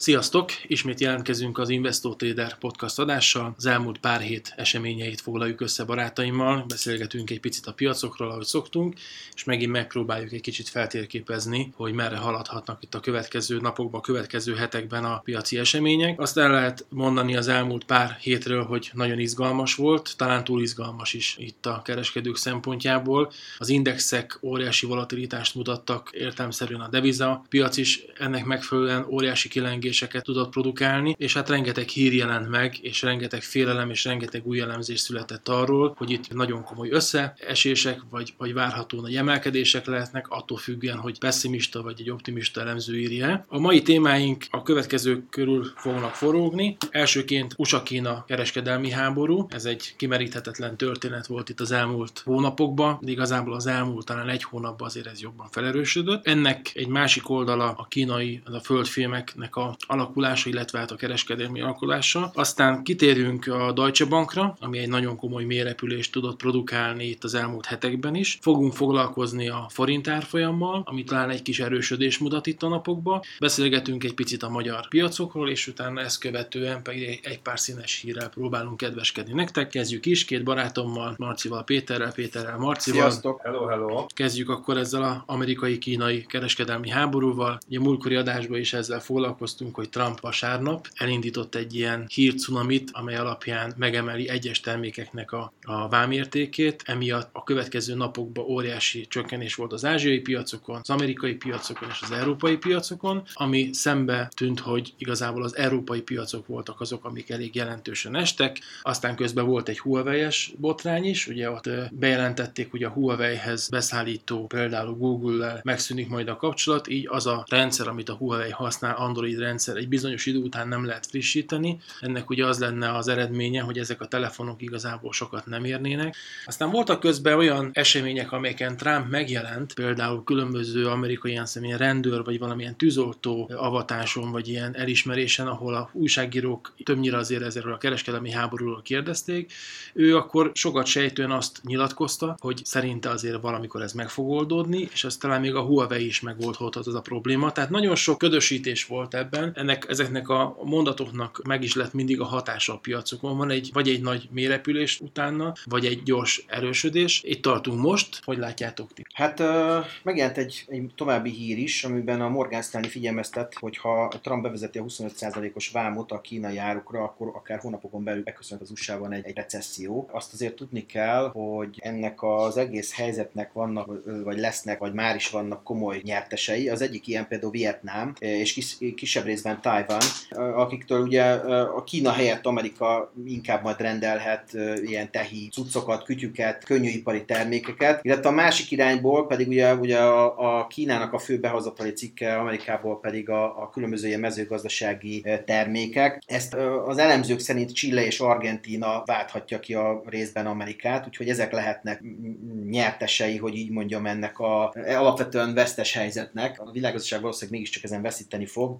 Sziasztok! Ismét jelentkezünk az Investor Trader podcast adással. Az elmúlt pár hét eseményeit foglaljuk össze barátaimmal, beszélgetünk egy picit a piacokról, ahogy szoktunk, és megint megpróbáljuk egy kicsit feltérképezni, hogy merre haladhatnak itt a következő napokban, a következő hetekben a piaci események. Azt el lehet mondani az elmúlt pár hétről, hogy nagyon izgalmas volt, talán túl izgalmas is itt a kereskedők szempontjából. Az indexek óriási volatilitást mutattak, értelemszerűen a deviza piac is ennek megfelelően óriási kilengéseket tudott produkálni, és hát rengeteg hír jelent meg, és rengeteg félelem, és rengeteg új elemzés született arról, hogy itt nagyon komoly összeesések, vagy várható nagy emelkedések lehetnek, attól függően, hogy pessimista vagy egy optimista elemző írja. A mai témáink a következők körül fognak forogni. Elsőként USA-Kína kereskedelmi háború. Ez egy kimeríthetetlen történet volt itt az elmúlt hónapokban, de igazából az elmúlt talán egy hónapban azért ez jobban felerősödött. Ennek egy másik oldala a kínai, a földfémeknek a alakulása, illetve hát a kereskedelmi alakulása. Aztán kitérünk a Deutsche Bankra, ami egy nagyon komoly mélyrepülést tudott produkálni itt az elmúlt hetekben is. Fogunk foglalkozni a forint árfolyammal, ami talán egy kis erősödés mutat itt a napokban. Beszélgetünk egy picit a magyar piacokról, és utána ezt követően pedig egy pár színes hírrel próbálunk kedveskedni nektek. Kezdjük is két barátommal, Marcival, Péterrel, Marcival. Sziasztok! Hello! Kezdjük akkor ezzel az amerikai-kínai kereskedelmi háborúval. Ugye a múltkori adásban is ezzel foglalkoztunk, hogy Trump vasárnap elindított egy ilyen hírcunamit, amely alapján megemeli egyes termékeknek a vámértékét. Emiatt a következő napokban óriási csökkenés volt az ázsiai piacokon, az amerikai piacokon és az európai piacokon, ami szembe tűnt, hogy igazából az európai piacok voltak azok, amik elég jelentősen estek. Aztán közben volt egy Huawei-es botrány is, ugye ott bejelentették, hogy a Huawei-hez beszállító, például Google-lel megszűnik majd a kapcsolat, így az a rendszer, amit a Huawei használ, Android rendszer, egy bizonyos idő után nem lehet frissíteni. Ennek ugye az lenne az eredménye, hogy ezek a telefonok igazából sokat nem érnének. Aztán voltak közben olyan események, amelyeken Trump megjelent, például különböző amerikai ilyen rendőr, vagy valamilyen tűzoltó avatáson, vagy ilyen elismerésen, ahol a újságírók többnyire azért ezzel a kereskedelmi háborúról kérdezték. Ő akkor sokat sejtően azt nyilatkozta, hogy szerinte azért valamikor ez meg fog oldódni, és az talán még a Huawei is megoldhatod az a probléma. Tehát nagyon sok ködösítés volt ebben. Ezeknek a mondatoknak meg is lett mindig a hatása a piacokon. Van vagy egy nagy mélyrepülés utána, vagy egy gyors erősödés. Itt tartunk most. Hogy látjátok ti? Hát megjelent egy további hír is, amiben a Morgan Stanley figyelmeztet, hogy ha Trump bevezeti a 25%-os vámot a kínai árukra, akkor akár hónapokon belül beköszönhet az USA-ban egy recesszió. Azt azért tudni kell, hogy ennek az egész helyzetnek vannak, vagy lesznek, vagy már is vannak komoly nyertesei. Az egyik ilyen például Vietnám, és kisebb részben Tajvan, akiktől ugye a Kína helyett Amerika inkább majd rendelhet ilyen tehi cuccokat, kütyüket, könnyűipari termékeket, illetve a másik irányból pedig ugye a Kínának a fő behozatali cikke, Amerikából pedig a különböző ilyen mezőgazdasági termékek. Ezt az elemzők szerint Chile és Argentína válthatja ki a részben Amerikát, úgyhogy ezek lehetnek nyertesei, hogy így mondjam, ennek a alapvetően vesztes helyzetnek. A világgazdaság valószínűleg mégiscsak ezen veszíteni fog,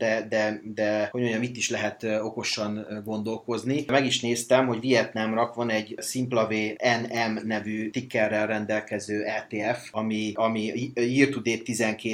de hogy mondjam, itt is lehet okosan gondolkozni. Meg is néztem, hogy Vietnámnak van egy SimplaV NM nevű tickerrel rendelkező ETF, ami year to date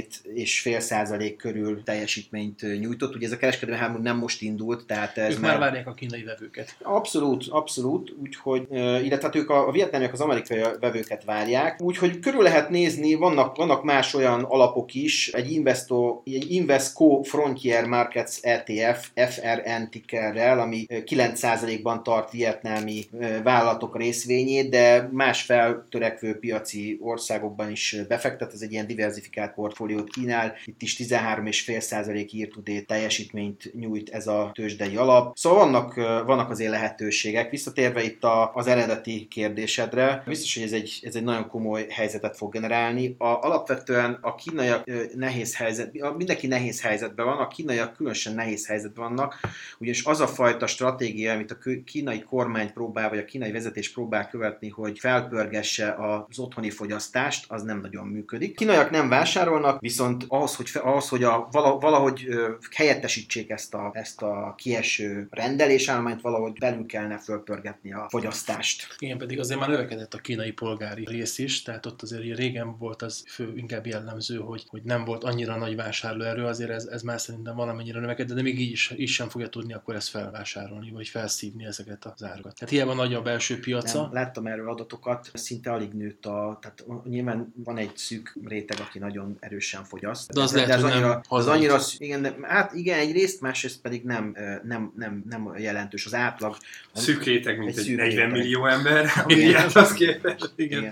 12,5% körül teljesítményt nyújtott. Ugye ez a kereskedelmi háború nem most indult, tehát ez ők már várják a kínai vevőket. Abszolút, úgyhogy, illetve ők a vietnámiak az amerikai vevőket várják. Úgyhogy körül lehet nézni, vannak más olyan alapok is, egy Invesco Frontier Markets ETF FRN tickerrel, ami 9%-ban tart vietnámi vállalatok részvényét, de más feltörekvő piaci országokban is befektet, ez egy ilyen diversifikált portfóliót kínál, itt is 13,5% year to date teljesítményt nyújt ez a tőzsdei alap. Szóval vannak azért lehetőségek. Visszatérve itt az eredeti kérdésedre, biztos, hogy ez egy nagyon komoly helyzetet fog generálni. Alapvetően a kínaiak nehéz helyzet, mindenki nehéz helyzetben van, a kínaiak különösen nehéz helyzetben vannak, ugyanis az a fajta stratégia, amit a kínai kormány próbál, vagy a kínai vezetés próbál követni, hogy felpörgesse az otthoni fogyasztást, az nem nagyon működik. Kínaiak nem vásárolnak, viszont ahhoz, hogy valahogy helyettesítsék ezt a kieső rendelésállományt, valahogy belül kellene fölpörgetni a fogyasztást. Igen, pedig azért már növekedett a kínai polgári rész is, tehát ott azért régen volt az inkább jellemző, hogy nem volt annyira nagy vásárlóerő, azért ez már szerintem valamennyire annyira növekedett, de még így is sem fogja tudni akkor ezt felvásárolni, vagy felszívni ezeket az árakat. Tehát hiába nagy a belső piaca. Nem, láttam erről adatokat, szinte alig nőtt tehát nyilván van egy szűk réteg, aki nagyon erősen fogyaszt. De az lehet, hogy az annyira igen, hát igen, egyrészt, másrészt pedig nem jelentős az átlag. Szűk réteg, mint egy 40 réteg. Millió ember, az képest. Igen.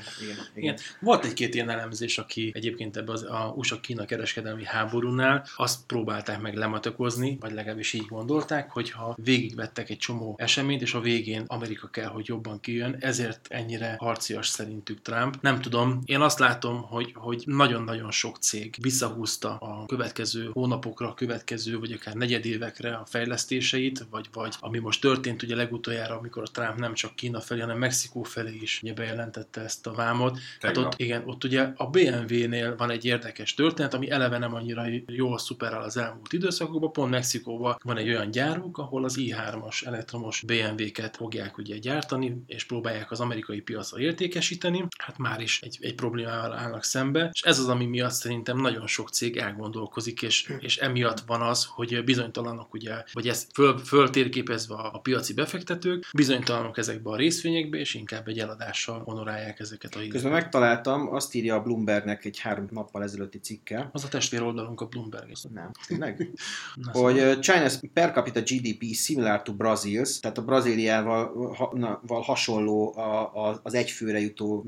Volt egy-két ilyen elemzés, aki egyébként ebbe az USA-Kína kereskedelmi háborúnál azt próbálták meg lematakozni, vagy legalábbis így gondolták, hogyha végigvettek egy csomó eseményt, és a végén Amerika kell, hogy jobban kijön, ezért ennyire harcias szerintük Trump. Nem tudom, én azt látom, hogy nagyon-nagyon sok cég visszahúzta a következő hónapokra, a következő, vagy akár negyedévekre a fejlesztéseit, vagy ami most történt ugye legutoljára, amikor a Trump nem csak Kína felé, hanem Mexikó felé is ugye bejelentette ezt a vámot. Hát ott ugye a BMW-nél van egy érdekes történet, ami eleve nem annyira jól szuperál az elmúlt időszakokban, pont Mexikóban van egy olyan gyáruk, ahol az i3-as elektromos BMW-ket fogják ugye gyártani, és próbálják az amerikai piacra értékesíteni. Hát már is egy problémával állnak szembe, és ez az, ami miatt szerintem nagyon sok cég elgondolkozik, és emiatt van az, hogy bizonytalanok ugye, vagy ezt föltérképezve a piaci befektetők, bizonytalanok ezekbe a részvényekbe, és inkább egy eladással honorálják ezeket a híreket. Közben megtaláltam, azt írja a Bloombergnek egy 3 nappal ezelőtti cikke. Az a testvéroldalunk a Bloomberg. Nem, tényleg? Hogy China's per capita GDP similar to Brazil's, tehát a Brazíliával hasonló az egyfőre jutó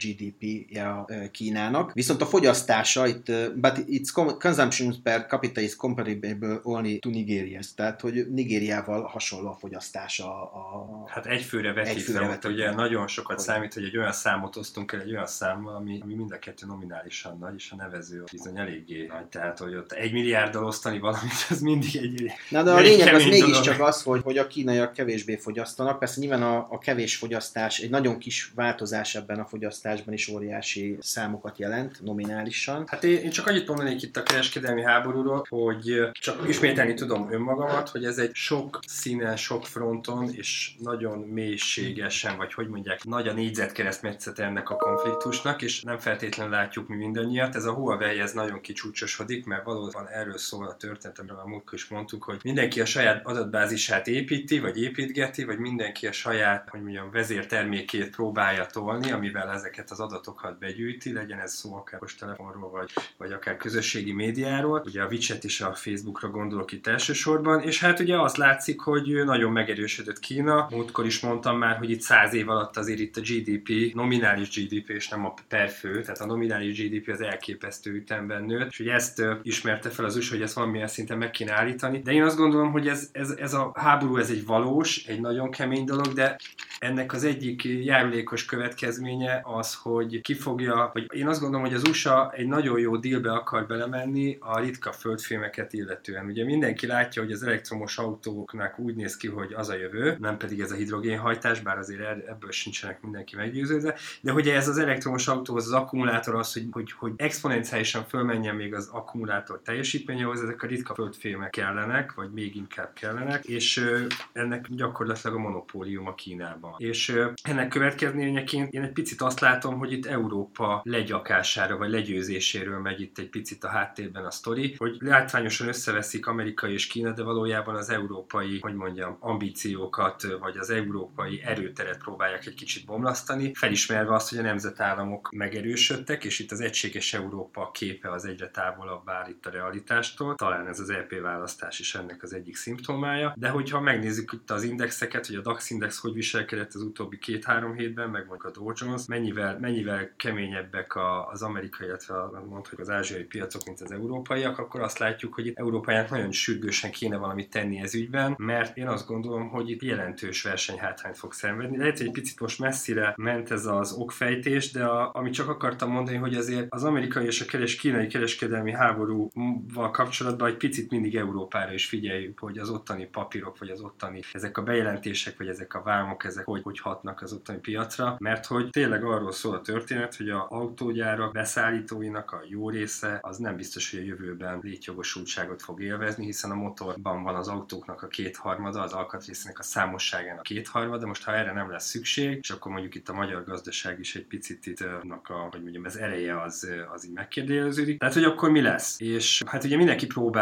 GDP-je Kínának. Viszont a fogyasztása but its consumption per capita is comparable only to Nigeria's. Tehát, hogy Nigériával hasonló a fogyasztása. Hát egyfőre vetítve, ugye nagyon sokat számít, hogy egy olyan számot osztunk el egy olyan számmal, ami mind a kettő nominálisan nagy, és a nevező bizony eléggé nagy. Tehát, hogy ott 1 milliárddal osztani valamit, az mindig egy... Na, de a lényeg az mégiscsak az, hogy a kínaiak kevésbé fogyasztanak. Persze nyilván a kevés fogyasztás, egy nagyon kis változás ebben a fogyasztásban is óriási számokat jelent, nominálisan. Hát én csak annyit mondanék itt a kereskedelmi háborúról, hogy csak ismételni tudom önmagamat, hogy ez egy sok színen, sok fronton, és nagyon mélységesen, vagy hogy mondják, nagy a négyzetkeresztmetszete ennek a konfliktusnak, és nem feltétlenül látjuk mi mindannyiat. Ez a Huawei ez nagyon kicsúcsosodik, mert valóban erről szól a történet, amiről a múltkor is mondtuk, hogy mindenki a saját adatbázisát építi, vagy építgeti, vagy mindenki a saját, hogy mondjam, vezértermékét próbálja tolni, amivel ezeket az adatokat begyűjti, legyen ez szó akár telefonról, vagy akár közösségi médiáról. Ugye a WeChat és a Facebookra gondolok itt elsősorban, és hát ugye azt látszik, hogy nagyon megerősödött Kína. Múltkor is mondtam már, hogy itt 100 év alatt azért itt a GDP, nominális GDP és nem a per fő, tehát a nominális GDP az elképesztő ütemben nőtt, és ugye ezt ismerte fel az USA, hogy ezt valamilyen szinten meg kéne állítani. De én azt gondolom, hogy ez a háború, ez egy valós, egy nagyon kemény dolog, de ennek az egyik járulékos következménye az, hogy vagy én azt gondolom, hogy az USA egy nagyon jó dealbe akar belemenni a ritka földfémeket illetően. Ugye mindenki látja, hogy az elektromos autóknak úgy néz ki, hogy az a jövő, nem pedig ez a hidrogénhajtás, bár azért ebből sincsenek mindenki meggyőződve, de hogy ez az elektromos autóhoz, az akkumulátor az, hogy exponenciálisan fölmenjen még az akkumulátor teljesítményehoz, ezek a ritka földfémek kellenek, vagy még inkább kellenek, és ennek gyakorlatilag a monopólium a Kínában. És ennek következményeként én egy picit azt látom, hogy itt Európa legyakására, vagy legyőzéséről megy itt egy picit a háttérben a sztori, hogy látványosan összeveszik Amerika és Kína, de valójában az európai, hogy mondjam, ambíciókat, vagy az európai erőteret próbálják egy kicsit bomlasztani, felismerve azt, hogy a nemzetállamok megerősödtek, és itt az egységes Európa képe az egyre távolabb áll itt a realitástól. Talán ez az EP választás is ennek az egyik szimptomája, de hogyha megnézzük itt az indexeket, hogy a DAX index hogy viselkedett az utóbbi 2-3 hétben, meg mondjuk a Dow Jones, mennyivel keményebbek az amerikai, illetve mondhatjuk az ázsiai piacok, mint az európaiak, akkor azt látjuk, hogy itt Európának nagyon sürgősen kéne valamit tenni ez ügyben, mert én azt gondolom, hogy itt jelentős versenyhátrányt fog szenvedni. Lehet, hogy egy picit most messzire ment ez az okfejtés, de amit csak akartam mondani, hogy azért az amerikai és a kínai kereskedelmi háborúval kapcsolatban egy picit mindig Európára is figyeljük, hogy az ottani papírok, vagy az ottani ezek a bejelentések, vagy ezek a vámok, ezek hogy hatnak az ottani piacra, mert hogy tényleg arról szól a történet, hogy az autógyárak beszállítóinak a jó része az nem biztos, hogy a jövőben létjogosultságot fog élvezni, hiszen a motorban van az autóknak a 2/3, az alkatrésznek a számosságának a 2/3, de most ha erre nem lesz szükség, és akkor mondjuk itt a magyar gazdaság is egy picit itt hogy mondjam, az ereje az így megkérdőjeleződik. Tehát, hogy akkor mi lesz? És hát ugye mindenki próbál ez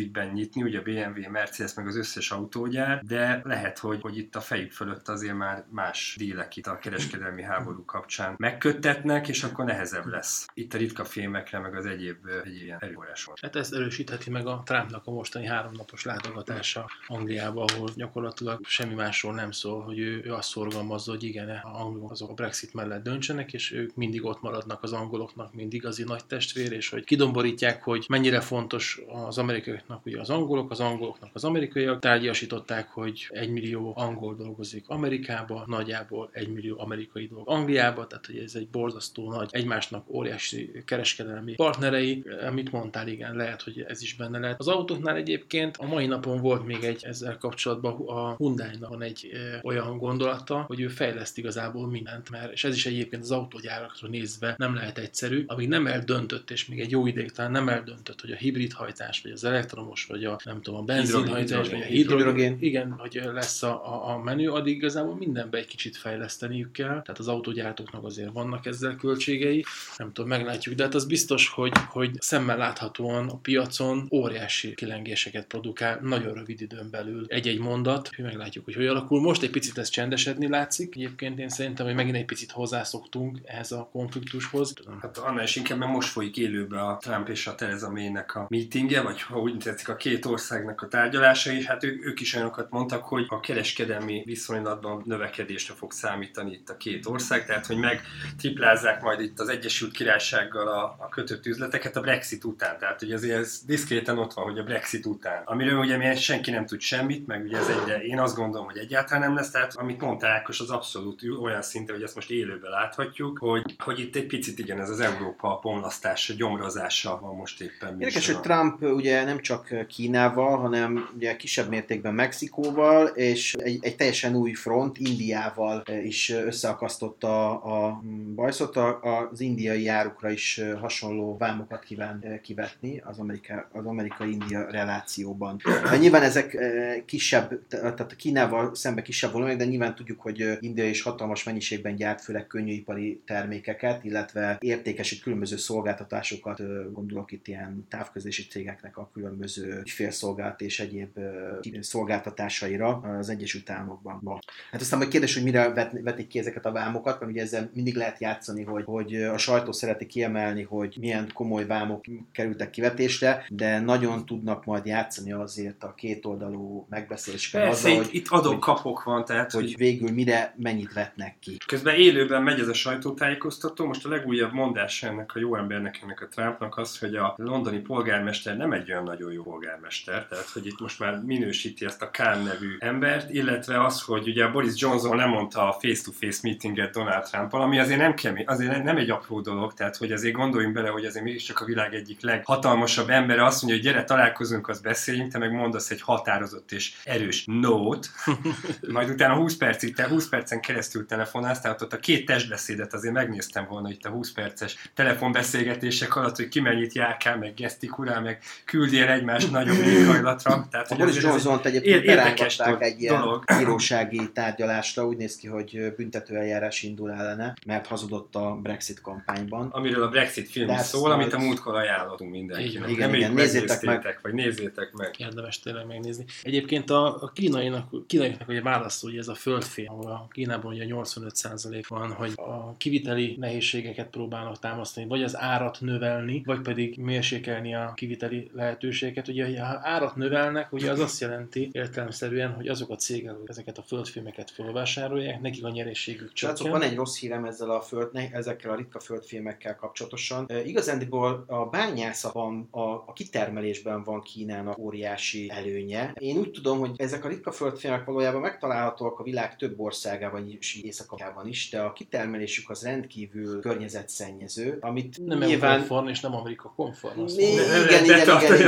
ügyben nyitni, ugye a BMW, Mercedes, meg az összes autógyár, de lehet, hogy itt a fejük fölött azért már más dílek itt a kereskedelmi háború kapcsán megköttetnek, és akkor nehezebb lesz. Itt a ritka fémekre, meg az egyéb ilyen erőforráson. Hát ezt erősítheti meg a Trumpnak a mostani 3 napos látogatása Angliába, ahol gyakorlatilag semmi másról nem szól, hogy ő azt szorgalmazza, hogy igen, a angolok azok a Brexit mellett döntsenek, és ők mindig ott maradnak az angoloknak, mint igazi nagy testvér, és hogy kidomborítják, hogy mennyire fontos az amerikaiaknak ugye az angoloknak az amerikaiak. Tárgyasították, hogy 1 millió angol dolgozik Amerikába, nagyjából 1 millió amerikai dolgozik Angliába, tehát hogy ez egy borzasztó nagy, egymásnak óriási kereskedelmi partnerei. Amit mondtál, igen, lehet, hogy ez is benne lehet. Az autóknál egyébként a mai napon volt még egy ezzel kapcsolatban a Hyundai-nak van egy olyan gondolata, hogy ő fejleszt igazából mindent, és ez is egyébként az autógyárakra nézve nem lehet egyszerű, amíg nem eldöntött, és még egy jó ideig talán nem eldöntött, hogy a hibrid hajtás, vagy az elektromos, vagy a nem tudom, a benzinhajtás, vagy a hidrogén, igen, hogy lesz a menü, addig igazából mindenbe egy kicsit fejleszteniük kell. Tehát az autógyártóknak azért vannak ezzel költségei, nem tudom, meglátjuk, de hát az biztos, hogy szemmel láthatóan a piacon óriási kilengéseket produkál nagyon rövid időn belül egy-egy mondat, hogy meglátjuk, hogy alakul. Most egy picit ez csendesedni látszik. Egyébként én szerintem, hogy megint egy picit hozzászoktunk ehhez a konfliktushoz. Hát annál is inkább, mert most folyik élőben a Trump és a Theresa May-nek a meetingje, vagy ha úgy tetszik, a két országnak a tárgyalása, és hát ők is olyanokat mondtak, hogy a kereskedelmi viszonylatban növekedésre fog számítani itt a két ország, tehát hogy megtriplázzák majd itt az Egyesült Királysággal a kötött üzleteket a Brexit után. Tehát ugye azért ez diszkréten ott van, hogy a Brexit után. Amiről ugye senki nem tud semmit, meg ugye én azt gondolom, hogy egyáltalán nem lesz, tehát amit mondta Ákos, az abszolút olyan szinten, hogy ezt most élőben láthatjuk, hogy itt egy picit igen, ez az Európa bomlasztása, gyomrozása van most éppen. Érdekes, hogy Trump ugye nem csak Kínával, hanem ugye kisebb mértékben Mexikóval, és egy teljesen új front, Indiával is összeakasztotta a bajszot, az indiai árukra is hasonló vámokat kíván kivetni az amerikai-india relációban. De nyilván ezek kisebb, tehát Kínával szemben kisebb volumenek, de nyilván tudjuk, hogy India is hatalmas mennyiségben gyárt, főleg könnyűipari termékeket, illetve értékesít különböző szolgáltatásokat, gondolok itt ilyen távközlési cégeknek a különböző ügyfélszolgálat és egyéb szolgáltatásaira az Egyesült Államokban. Hát aztán majd kérdés, hogy mire vetik ki ezeket a vámokat, mert ugye ezzel mindig lehet játszani, hogy a sajtó szereti kiemelni, hogy milyen komoly vámok kerültek kivetésre, de nagyon tudnak majd játszani azért a kétoldalú megbeszélésben. Persze, itt adok-kapok van, tehát hogy végül mire mennyit vetnek ki. Közben élőben megy ez a sajtótájékoztató, most a legújabb mondás ennek a jó embernek, ennek a Trumpnak az, hogy a londoni polgármester nem egy olyan nagyon jó polgármester, tehát hogy itt most már minősíti ezt a Khan nevű embert, illetve az, hogy ugye Boris Johnson lemondta a face-to-face meetinget Donald Trumpal, ami azért nem kemény, azért nem egy apró dolog, tehát hogy azért gondoljunk bele, hogy azért mégiscsak a világ egyik leghatalmasabb embere azt mondja, hogy gyere, találkozunk, azt beszéljünk, te meg mondasz egy határozott és erős no-t, majd utána 20 percen keresztül telefonálsz, tehát ott a két testbeszédet azért megnéztem volna itt a 20 perces telefonbeszélgetések alatt, hogy ki mennyit járkál, meg gesztikulál, meg küldjél egymást nagyobb éghajlatra. Tehát, a Boris Johnson-t egyébként berángatták egy ilyen bírósági tárgyalásra, úgy néz ki, hogy büntetőeljárás indul ellene, mert hazudott a Brexit kampányban. Amiről a Brexit film is szól, amit a múltkor ajánlottunk mindenkinek. Igen, nézzétek meg. Vagy nézzétek meg. Érdemes tényleg megnézni. Egyébként a kínaiaknak ugye válaszol, hogy ez a földfém, ahol a Kínában ugye 85% van, hogy a kiviteli nehézségeket próbálnak támasztani, vagy az árat növelni, vagy pedig mérsékelni a kiviteli lehetőségeket. Ugye ha árat növelnek, ugye az azt jelenti értelemszerűen, hogy azok a cégek, hogy ezeket a földfémeket fölvásárolják, nekik a nyereségük csökken. Van egy rossz hírem ezekkel a ritka földfémekkel kapcsolatosan. Igazándiból a bányászatban, a kitermelésben van Kínának óriási előnye. Én úgy tudom, hogy ezek a ritka földfémek valójában megtalálhatóak a világ több országában is, Észak-Amerikában is, de a kitermelésük az rendkívül környezetszennyező, amit nem nyilván... konform és nem Amerika konform. Igen.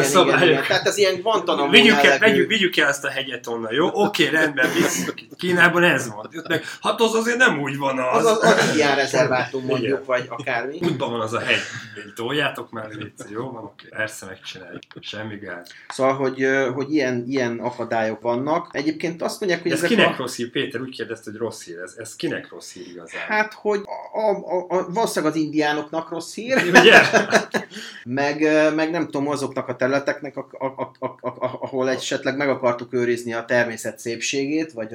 Tehát ez ilyen Guantanamo vigyük el ezt a hegyet onnan, jó? Oké, rendben, Kínában ez van. Hát az azért nem úgy van az. Az indián rezervátum mondjuk, vagy akármi. Úgyban van az a hegy. Toljátok már, légy, jó van? Oké, persze megcsináljuk. Semmi gáz. Szóval, hogy ilyen akadályok vannak. Egyébként azt mondják, hogy ez kinek rossz hír? Péter úgy kérdezte, hogy rossz hír. Ez kinek rossz hír igazán? Hát, hogy valószínűleg az indiánoknak rossz hír. Ugye? meg nem tudom, azoknak a területeknek, területnek, ahol esetleg meg akartuk őrizni a természet szépségét, vagy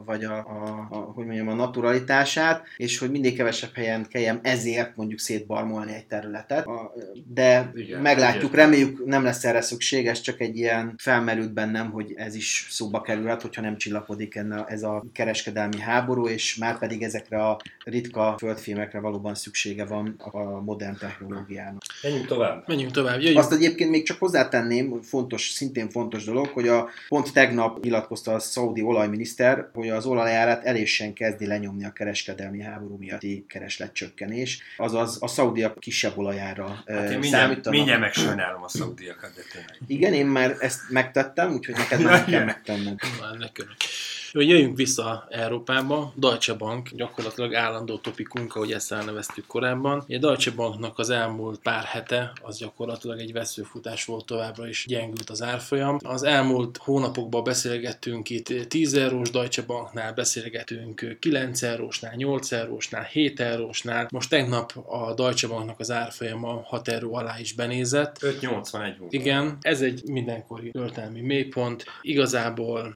hogy mondjam, a naturalitását, és hogy mindig kevesebb helyen kelljen ezért mondjuk szétbarmolni egy területet. De igen, meglátjuk, reméljük nem lesz erre szükség, ez csak egy ilyen felmerült bennem, hogy ez is szóba kerülhet, hogyha nem csillapodik ez a kereskedelmi háború, és már pedig ezekre a ritka földfémekre valóban szüksége van a modern technológiának. Menjünk tovább. Jöjjünk. Azt egyébként még csak hozzátenném, szintén fontos dolog, hogy pont tegnap nyilatkozta a szaudi olajminiszter, hogy az olajárát elésen kezdi lenyomni a kereskedelmi háború miatti keresletcsökkenés, azaz a szaudiak kisebb olajára számítanak. Mindjárt megsajnálom a szaudiakat, de tényleg. Igen, én már ezt megtettem, úgyhogy neked már kell megtenned. Jöjjünk vissza Európába. Deutsche Bank gyakorlatilag állandó topikunk, ahogy ezt elneveztük korábban. A Deutsche Banknak az elmúlt pár hete az gyakorlatilag egy veszőfutás volt, továbbra is gyengült az árfolyam. Az elmúlt hónapokban beszélgettünk itt 10 eurós Deutsche Banknál, beszélgetünk 9 eurósnál, 8 eurósnál, 7 eurósnál. Most tegnap a Deutsche Banknak az árfolyama 6 euró alá is benézett. 5,81 volt. Igen, ez egy mindenkori történelmi mélypont. Igazából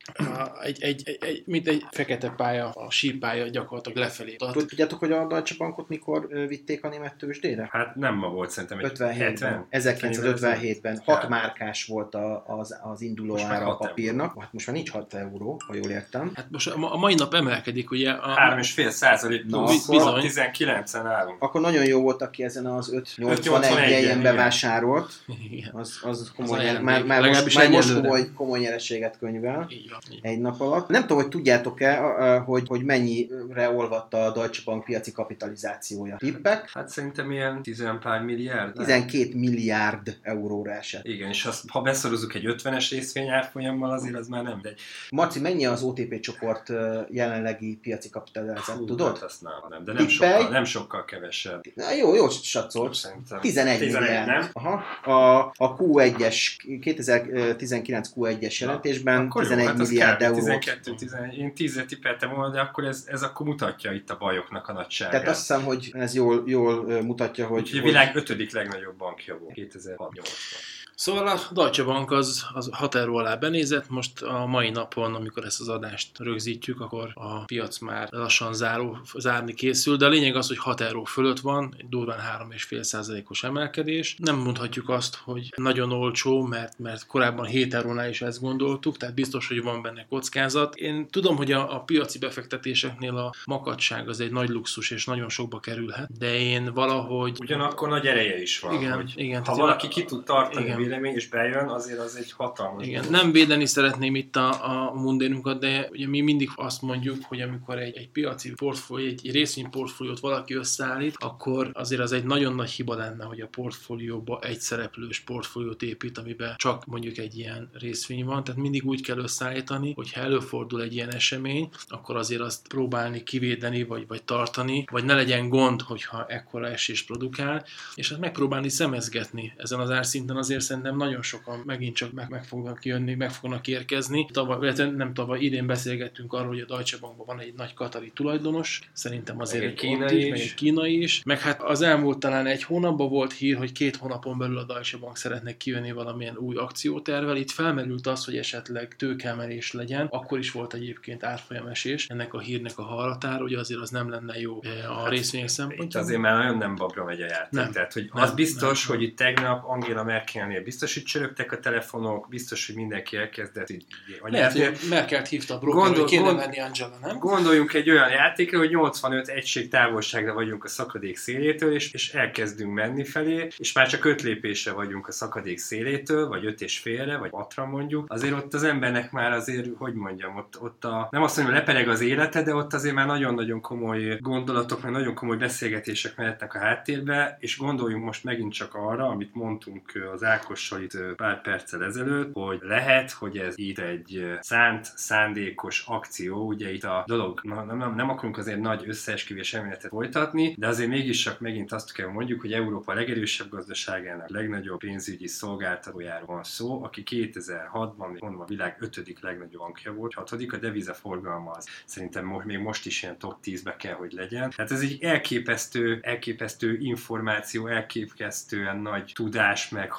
mint egy fekete pálya, a sípálya gyakorlatilag lefelé. Tudjátok, hogy a Deutsche Bankot mikor vitték a német tőzsdére? Hát nem ma volt, szerintem 57-ben. 1957-ben 6 márkás volt az induló ára a papírnak. Hát most már nincs 6 euró, ha jól értem. Hát most a mai nap emelkedik, ugye? 3,5% plusz, bizony. 19-en állunk. Akkor nagyon jó volt, aki ezen az 5,81 bevásárolt. Az komoly, már most komoly nyereséget könyvel egy nap alatt. Nem tudom, hogy tudjátok-e, hogy mennyire olvatta a Deutsche Bank piaci kapitalizációja. Tippek? Hát szerintem ilyen 10 pár milliárd. 12 milliárd euróra esett. Igen, és ha beszorozzuk egy 50-es részvényárfolyammal, azért az már nem. De Marci, mennyi az OTP csoport jelenlegi piaci kapitalizáció? Tudod? Hát azt nem, de nem sokkal kevesebb. Na, jó satszolt. 11 milliárd. Nem? Aha. A Q1-es, 2019 Q1-es jelentésben akkor 11 jó, milliárd eurót. Én 10-re tippeltem volna, de akkor ez akkor mutatja itt a bajoknak a nagyságát. Tehát azt hiszem, hogy ez jól mutatja, hogy... A világ 5. legnagyobb bankja volt 2006-8-ban. Szóval a Deutsche Bank az 6 euró alá benézett, most a mai napon, amikor ezt az adást rögzítjük, akkor a piac már lassan zárni készül, de a lényeg az, hogy 6 euró fölött van, egy durván 3,5%-os emelkedés. Nem mondhatjuk azt, hogy nagyon olcsó, mert korábban 7 eurónál is ezt gondoltuk, tehát biztos, hogy van benne kockázat. Én tudom, hogy a piaci befektetéseknél a makacság az egy nagy luxus, és nagyon sokba kerülhet, de én valahogy... Ugyanakkor nagy ereje is van, igen, ha valaki ki tud tartani vélemény és bejön, azért az egy hatalmas. Igen, nem védeni szeretném itt a mundénunkat, de ugye mi mindig azt mondjuk, hogy amikor egy piaci portfólió, egy részvényportfóliót valaki összeállít, akkor azért az egy nagyon nagy hiba lenne, hogy a portfólióba egy szereplős portfóliót épít, amiben csak mondjuk egy ilyen részvény van, tehát mindig úgy kell összeállítani, hogyha előfordul egy ilyen esemény, akkor azért azt próbálni kivédeni, vagy tartani, vagy ne legyen gond, hogyha ekkora esés produkál, és hát megpróbálni szemezgetni ezen az árszinten. Azért szerintem nagyon sokan megint csak meg fognak jönni, meg fognak érkezni. Idén beszélgettünk arról, hogy a Deutsche Bankban van egy nagy katari tulajdonos, szerintem azért egy kínai is. Meg hát az elmúlt talán egy hónapban volt hír, hogy 2 hónapon belül a Deutsche Bank szeretne kijönni valamilyen új akciótervvel. Itt felmerült az, hogy esetleg tőkeemelés legyen. Akkor is volt egyébként árfolyamesés ennek a hírnek a hallatára, hogy azért az nem lenne jó a részvények szempontjából. Azért már nagyon nem babra megy a játék. Tehát, hogy az biztos, hogy itt tegnap Angela Merkelnél biztos, hogy csörögtek a telefonok, biztos, hogy mindenki elkezdett így Merkelt hívta a broker, hogy kéne menni Angela, nem? Gondoljunk egy olyan játékra, hogy 85 egység távolságra vagyunk a szakadék szélétől, és elkezdünk menni felé, és már csak 5 lépésre vagyunk a szakadék szélétől, vagy 5,5-re, vagy 6-ra mondjuk. Azért ott az embernek már azért, hogy mondjam, ott nem azt mondom, lepereg az élete, de ott azért már nagyon-nagyon komoly gondolatok, meg nagyon komoly beszélgetések mehetnek a háttérbe, és gondoljunk most megint csak arra, amit mondtunk az Ákossal itt pár perccel ezelőtt, hogy lehet, hogy ez itt egy szándékos akció, ugye itt a dolog, nem akarunk azért nagy összeesküvés elméletet folytatni, de azért mégis csak megint azt kell mondjuk, hogy Európa legerősebb gazdaságának legnagyobb pénzügyi szolgáltatójáról van szó, aki 2006-ban, mondom, a világ 5. legnagyobb bankja volt, 6. a devizaforgalma az szerintem még most is ilyen top 10-be kell, hogy legyen. Tehát ez egy elképesztő információ, elképesztően nagy tudás, meg hatalom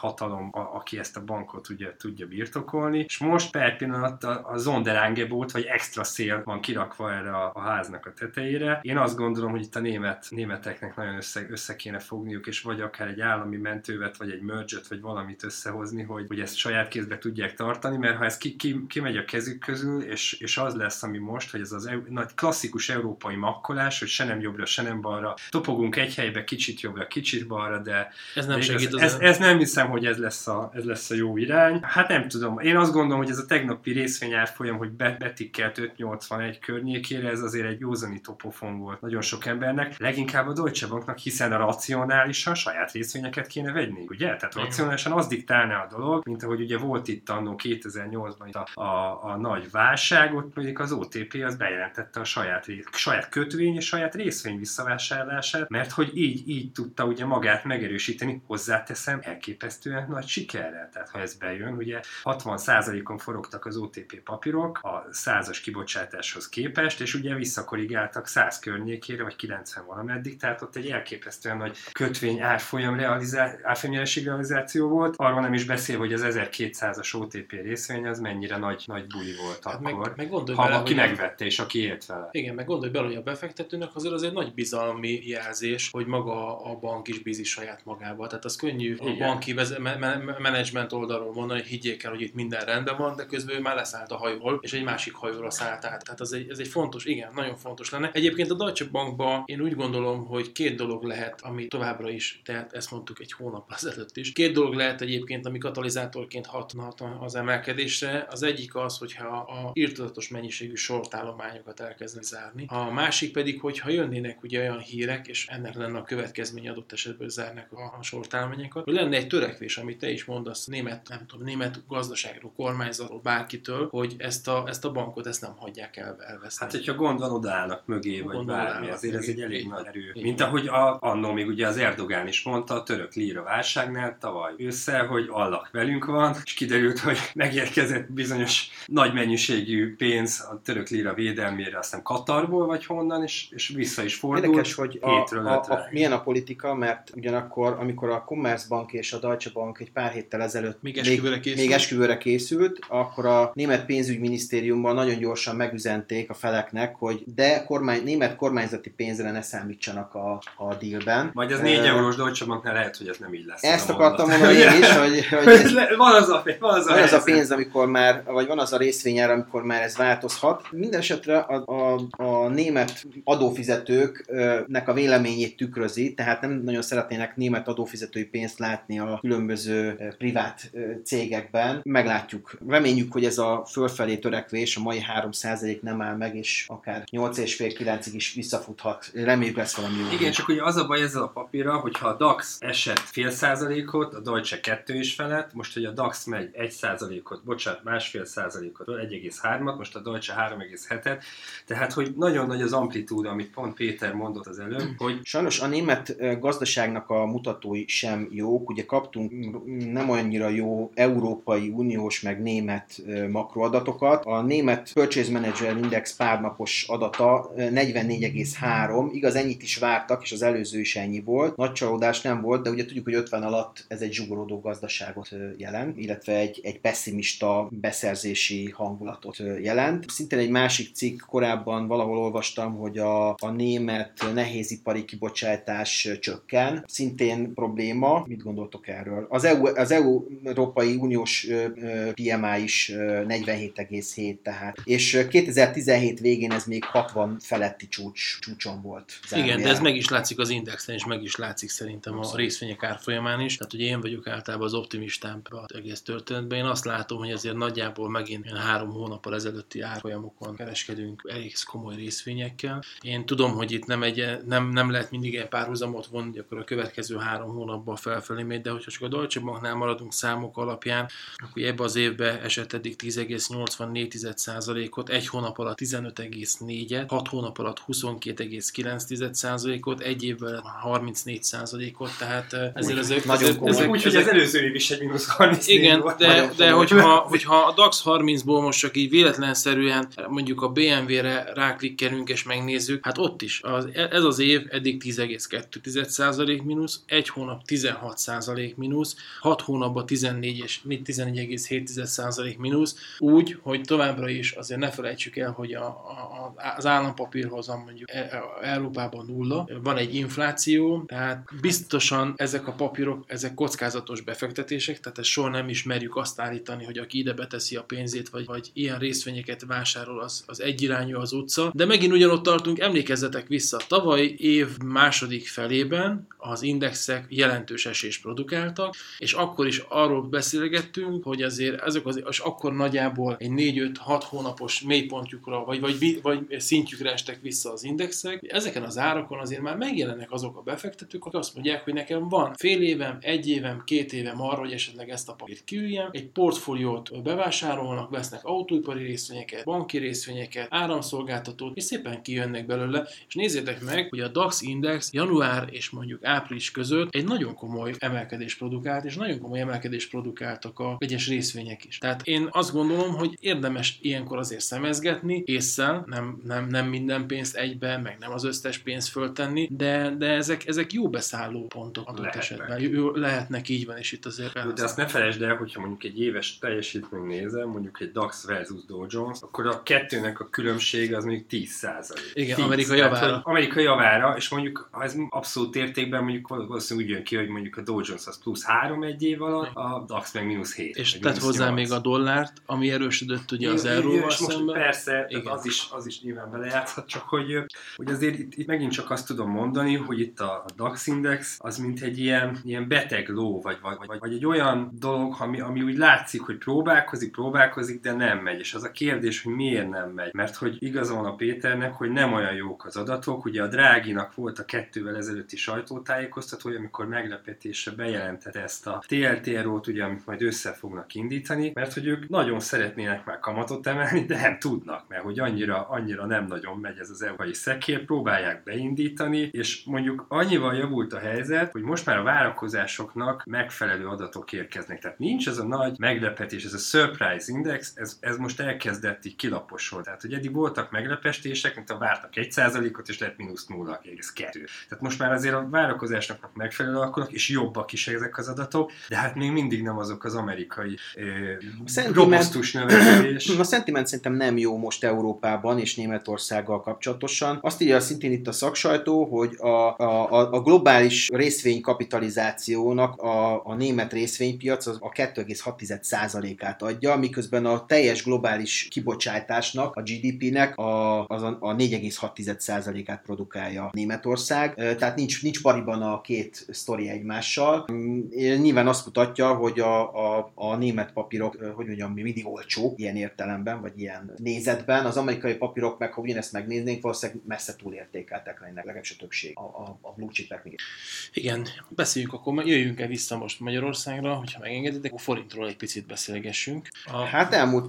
aki ezt a bankot tudja birtokolni, és most per pillanat a Sonderangebot, vagy extra szél van kirakva erre a háznak a tetejére. Én azt gondolom, hogy itt a németeknek nagyon össze kéne fogniuk, és vagy akár egy állami mentővet, vagy egy merge-et, vagy valamit összehozni, hogy ezt saját kézbe tudják tartani, mert ha ez kimegy a kezük közül, és az lesz, ami most, hogy ez az nagy klasszikus európai makkolás, hogy se nem jobbra, se nem balra, topogunk egy helybe, kicsit jobbra, kicsit balra, de ez nem segít. Ez nem hiszem, hogy ez lesz a jó irány. Hát nem tudom. Én azt gondolom, hogy ez a tegnapi részvényárfolyam, hogy betikkelt 5,81 környékére, ez azért egy józanító pofon volt nagyon sok embernek, leginkább a Deutsche Banknak, hiszen a racionálisan saját részvényeket kéne venni, ugye? Tehát racionálisan az diktálna a dolog, mint ahogy ugye volt itt annó 2008-ban a nagy válság, ott mondjuk az OTP az bejelentette a saját kötvény és saját részvény visszavásárlását, mert hogy így tudta ugye magát megerősíteni, hozzáteszem, elképesztően nagy sikerrel. Tehát ha ez bejön, ugye 60%-on forogtak az OTP papírok a 100-as kibocsátáshoz képest, és ugye visszakorrigáltak 100 környékére, vagy 90 valameddig, tehát ott egy elképesztően nagy kötvény árfolyamnyereség realizáció volt. Arról nem is beszél, hogy az 1200-as OTP részvény az mennyire nagy buli volt hát akkor, aki megvette és aki élt vele. Igen, meg gondolj bele, hogy a befektetőnek azért az egy nagy bizalmi jelzés, hogy maga a bank is bízik saját magába. Tehát az könnyű a banki menedzsment oldalról mondani, hogy higgyék el, hogy itt minden rendben van, de közben ő már leszállt a hajóról, és egy másik hajóra szállt át. Tehát ez egy fontos, igen, nagyon fontos lenne. Egyébként a Deutsche Bankban én úgy gondolom, hogy két dolog lehet, ami továbbra is, tehát ezt mondtuk egy hónap ezelőtt is. Két dolog lehet egyébként, ami katalizátorként hatna az emelkedésre. Az egyik az, hogyha a irtózatos mennyiségű sortállományokat elkezdenek zárni. A másik pedig, hogyha jönnének ugye olyan hírek, és ennek lenne a következménye adott esetben zárnak a sortállományokat, hogy lenne egy törekvés, amit te is mondasz német gazdaságról, kormányzatról, bárkitől, hogy ezt a bankot ezt nem hagyják elveszni. Hát, hogyha gond van, odaállnak mögé, vagy bármi, azért ez egy elég nagy erő. Mint ahogy annó még ugye az Erdogán is mondta a török líra válságnál tavaly ősszel, hogy Allah velünk van, és kiderült, hogy megérkezett bizonyos nagy mennyiségű pénz a török líra védelmére, aztán Katarból vagy honnan, és vissza is fordult. Érdekes, hogy milyen a politika, mert ugyanakkor, amikor a Commerzbank és a Deutsche Bank egy pár héttel ezelőtt még esküvőre készült, akkor a német pénzügyminisztériumban nagyon gyorsan megüzenték a feleknek, hogy német kormányzati pénzre ne számítsanak a dealben. Majd ez 4 eurós Deutsche Banknál lehet, hogy ez nem így lesz. Ezt akartam mondani én is, hogy van az a pénz, amikor már, vagy van az a részvényár, amikor már ez változhat. Mindenesetre a német adófizetőknek a véleményét tükrözi, tehát nem nagyon szeretnének német adófizetői pénzt látni a különböző privát cégekben. Meglátjuk. Reményük, hogy ez a fölfelé törekvés, a mai 3% nem áll meg, és akár 8,5-9-ig is visszafuthat. Reméljük lesz valami jó. Igen, csak ugye az a baj ezzel a papírra, hogyha a DAX esett 0,5%-ot, a Deutsche 2 is felett, most, hogy a DAX megy 1%-ot, 1,5%-ot, 1,3-at, most a Deutsche 3,7-et, tehát, hogy nagyon nagy az amplitúda, amit pont Péter mondott az előbb, hogy... Sajnos a német gazdaságnak a mutatói sem jók, ugye kaptunk nem annyira jó Európai Uniós meg német makroadatokat. A német Purchase Manager Index párnapos adata 44,3, igaz, ennyit is vártak, és az előző is ennyi volt. Nagy csalódás nem volt, de ugye tudjuk, hogy 50 alatt ez egy zsugorodó gazdaságot jelent, illetve egy pessimista beszerzési hangulatot jelent. Szintén egy másik cikk, korábban valahol olvastam, hogy a német nehézipari kibocsátás csökken. Szintén probléma. Mit gondoltok erről? Az Európai Uniós PMI is 47,7 tehát. És 2017 végén ez még 60 feletti csúcson volt. Igen, de ez meg is látszik az indexen, és meg is látszik szerintem a részvények árfolyamán is. Tehát ugye én vagyok általában az optimistább az egész történetben. Én azt látom, hogy azért nagyjából megint 3 hónappal ezelőtti árfolyamokon kereskedünk elég komoly részvényekkel. Én tudom, hogy itt nem lehet mindig egy párhuzamot vonni, akkor a következő 3 hónapban felfelé megy, de hogyha csak a Deutsche Banknál maradunk számok alapján, akkor ebbe az évben esett eddig 10,84%-ot, 1 hónap alatt 15,4-et, 6 hónap alatt 22,9%-ot, 1 évvel 34%-ot, tehát ezért ez úgy, hogy az előző év is egy -34 igen, volt. de hogyha a DAX 30-ból most csak így véletlenszerűen mondjuk a BMW-re ráklikkelünk és megnézzük, hát ott is. Ez az év eddig 10,2% mínusz, 1 hónap 16% mínusz, 6 hónapban 14,7% mínusz, úgy, hogy továbbra is azért ne felejtsük el, hogy az állampapírhoz mondjuk Európában nulla, van egy infláció, tehát biztosan ezek a papírok, ezek kockázatos befektetések, tehát ezt soha nem ismerjük azt állítani, hogy aki ide beteszi a pénzét, vagy ilyen részvényeket vásárol, az egyirányú az utca. De megint ugyanott tartunk, emlékezzetek vissza, tavaly év második felében az indexek jelentős esést produkáltak, és akkor is arról beszélgettünk, hogy azért és akkor nagyjából egy 4-5-6 hónapos mélypontjukra, vagy szintjükre estek vissza az indexek. Ezeken az árakon azért már megjelennek azok a befektetők, akik azt mondják, hogy nekem van fél évem, 1 évem, 2 évem arra, hogy esetleg ezt a papírt kiüljem, egy portfóliót bevásárolnak, vesznek autóipari részvényeket, banki részvényeket, áramszolgáltatót, és szépen kijönnek belőle, és nézzétek meg, hogy a DAX index január és mondjuk április között egy nagyon komoly emelkedés produkált, és nagyon komoly emelkedés produkáltak a egyes részvények is. Tehát én azt gondolom, hogy érdemes ilyenkor azért szemezgetni, ésszel, nem minden pénzt egybe, meg nem az összes pénzt föltenni, de ezek jó beszálló pontok adott esetben. Lehetnek, így van, és itt azért de azt ne felejtsd el, hogyha mondjuk egy éves teljesítmény nézem, mondjuk egy DAX versus Dow Jones, akkor a kettőnek a különbsége az mondjuk 10%. Igen, Amerika javára. Amerika javára, és mondjuk ha ez abszolút értékben mondjuk valószínűleg úgy jön ki, hogy mondjuk a Dow Jones az +3 egy év alatt, a DAX meg -7. És tett hozzá még a dollárt, ami erősödött ugye az euróval szemben. Persze, az is nyilván belejátszhat, csak hogy azért itt megint csak azt tudom mondani, hogy itt a DAX index az mint egy ilyen beteg ló, vagy egy olyan dolog, ami úgy látszik, hogy próbálkozik, de nem megy. És az a kérdés, hogy miért nem megy. Mert hogy igaza van a Péternek, hogy nem olyan jók az adatok. Ugye a Draghinak volt a 2-vel ezelőtti sajtótájékoztatója, amikor meglepetésre bejelentette ezt a TLTRO-t, ugye, amit majd össze fognak indítani, mert hogy ők nagyon szeretnének már kamatot emelni, de nem tudnak, mert hogy annyira nem nagyon megy ez az európai szekér, próbálják beindítani, és mondjuk annyival javult a helyzet, hogy most már a várakozásoknak megfelelő adatok érkeznek. Tehát nincs ez a nagy meglepetés, ez a surprise index, ez most elkezdett így kilaposolni. Tehát, hogy eddig voltak meglepetések, mint a vártak 1%-ot, és lett -0,2. Tehát most már azért a várakozásnak megfelelő alakulnak, és jobbak is ezek az adatok, de hát még mindig nem azok az amerikai robusztus növekedés. A sentiment szerintem nem jó most Európában és Németországgal kapcsolatosan. Azt írja szintén itt a szaksajtó, hogy a globális részvénykapitalizációnak a német részvénypiac a 2,6%-át adja, miközben a teljes globális kibocsátásnak, a GDP-nek a 4,6%-át produkálja Németország. Tehát nincs pariban a két sztori egymással. Nyilván azt mutatja, hogy a német papírok, hogy mondjam, mindig olcsó ilyen értelemben, vagy ilyen nézetben. Az amerikai papírok meg, ha ugyanezt megnéznénk, valószínűleg messze túlértékeltek lennek, legalábbis a többség. A blue chipek még. Igen, beszéljünk akkor, jöjjünk el vissza most Magyarországra, hogyha megengeditek, akkor forintról egy picit beszélgessünk. Hát elmúlt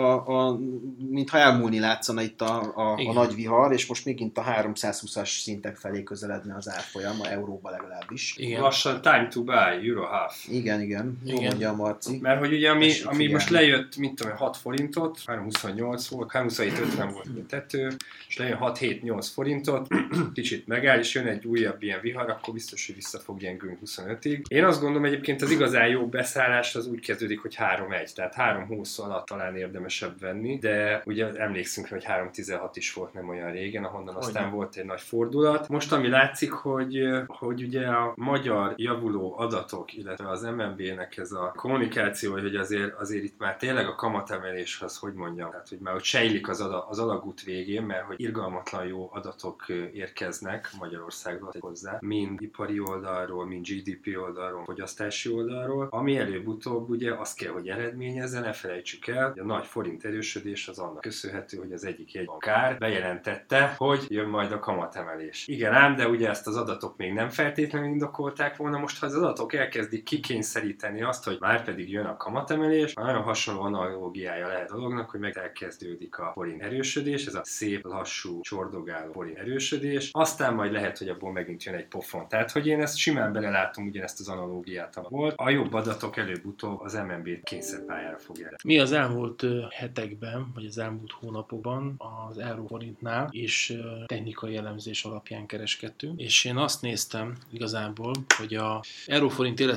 mintha elmúlni látszana itt a nagy vihar, és most megint a 320-as szintek felé közeledne az árfolyam, a euróba legalábbis. Igen. Lassan time to buy, euro half. Igen. Jó mondja a Marci. Mert hogy ugye ami most lejött, mint tudom, 6 forintot, 328 volt, 327,50 volt a tető, és lejön 6-7-8 forintot, kicsit megáll, és jön egy újabb ilyen vihar, akkor biztos, hogy vissza fog gyengülni 25-ig. Én azt gondolom egyébként az igazán jó beszállás az úgy kezdődik, hogy 3-1, tehát 3-20 alatt talán érdemesebb venni, de ugye emlékszünk, hogy 3-16 is volt nem olyan régen, ahonnan aztán volt egy nagy fordulat. Most ami látszik, hogy ugye a magyar javuló adatok, illetve az MNB-nek ez a kommunikáció, hogy azért itt már tényleg a kamatemelés az, hogy mondjam, tehát hogy már ott sejlik az alagút végén, mert hogy irgalmatlan jó adatok érkeznek Magyarországról hozzá, mind ipari oldalról, mind GDP oldalról, fogyasztási oldalról, ami előbb-utóbb ugye azt kell, hogy eredményezzen, ne felejtsük el, hogy a nagy forint erősödés az annak köszönhető, hogy az egyik jegybankár bejelentette, hogy jön majd a kamatemelés. Igen ám, de ugye ezt az adatok még nem feltétlenül indokolták volna, most ha az adatok elkezdik kikényszeríteni azt, hogy már pedig jön a kamatemelés, nagyon hasonló analógiája lehet a dolognak, hogy meg elkezdődik a forint erősödés, ez a szép, lassú, csordogáló forint erősödés, aztán majd lehet, hogy abból megint jön egy pofon. Tehát, hogy én ezt simán belelátom ugyanezt az analógiát, ami volt. A jobb adatok előbb-utóbb az MNB-t kényszerpályára fogja. Mi az elmúlt hetekben, vagy az elmúlt hónapokban az euróforintnál és technikai elemzés alapján kereskedtünk, és én azt néztem igazából, hogy a euróforint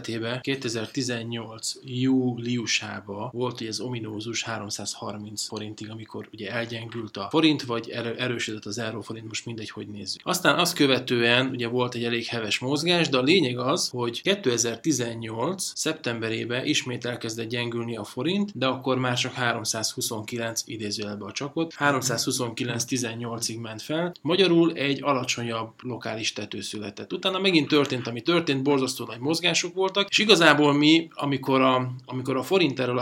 történetében 2018 júliusában volt ugye az ominózus 330 forintig, amikor ugye elgyengült a forint, vagy erősödött az euróforint, most mindegy, hogy nézzük. Aztán azt követően ugye volt egy elég heves mozgás, de a lényeg az, hogy 2018 szeptemberében ismét elkezdett gyengülni a forint, de akkor már csak 329 idézőjelbe a csakot, 329-18-ig ment fel, magyarul egy alacsonyabb lokális tető született. Utána megint történt, ami történt, borzasztó nagy mozgások voltak, és igazából mi, amikor a forint erről a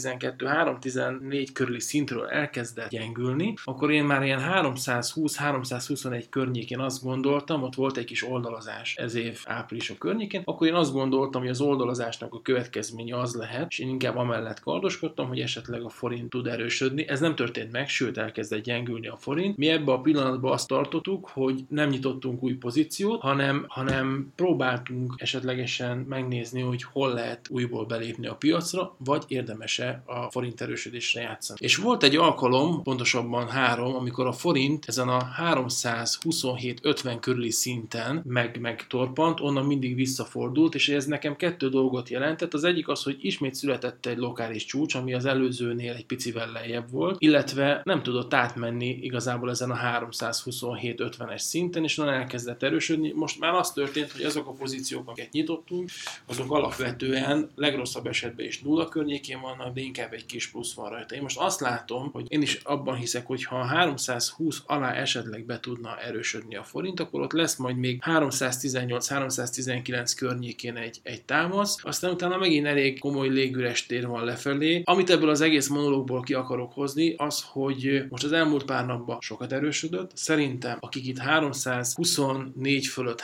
312-314 körüli szintről elkezdett gyengülni, akkor én már ilyen 320-321 környékén azt gondoltam, ott volt egy kis oldalazás ez év áprilisok környékén, akkor én azt gondoltam, hogy az oldalazásnak a következménye az lehet, és én inkább amellett kardoskodtam, hogy esetleg a forint tud erősödni. Ez nem történt meg, sőt elkezdett gyengülni a forint. Mi ebben a pillanatban azt tartottuk, hogy nem nyitottunk új pozíciót, hanem próbáltunk esetlegesen megnézni, hogy hol lehet újból belépni a piacra, vagy érdemes-e a forint erősödésre játszani. És volt egy alkalom, pontosabban 3, amikor a forint ezen a 327-50 körüli szinten megtorpant, onnan mindig visszafordult, és ez nekem 2 dolgot jelentett. Az egyik az, hogy ismét született egy lokális csúcs, ami az előzőnél egy picivel lejjebb volt, illetve nem tudott átmenni igazából ezen a 327-50-es szinten, és onnan elkezdett erősödni. Most már az történt, hogy azok a pozíciók, amiket nyitottunk, azok alapvetően legrosszabb esetben is 0 környékén vannak, de inkább egy kis plusz van rajta. Én most azt látom, hogy én is abban hiszek, hogy ha a 320 alá esetleg be tudna erősödni a forint, akkor ott lesz majd még 318-319 környékén egy támasz, aztán utána megint elég komoly légüres tér van lefelé. Amit ebből az egész monológból ki akarok hozni, az, hogy most az elmúlt pár napban sokat erősödött. Szerintem, akik itt 324 fölött,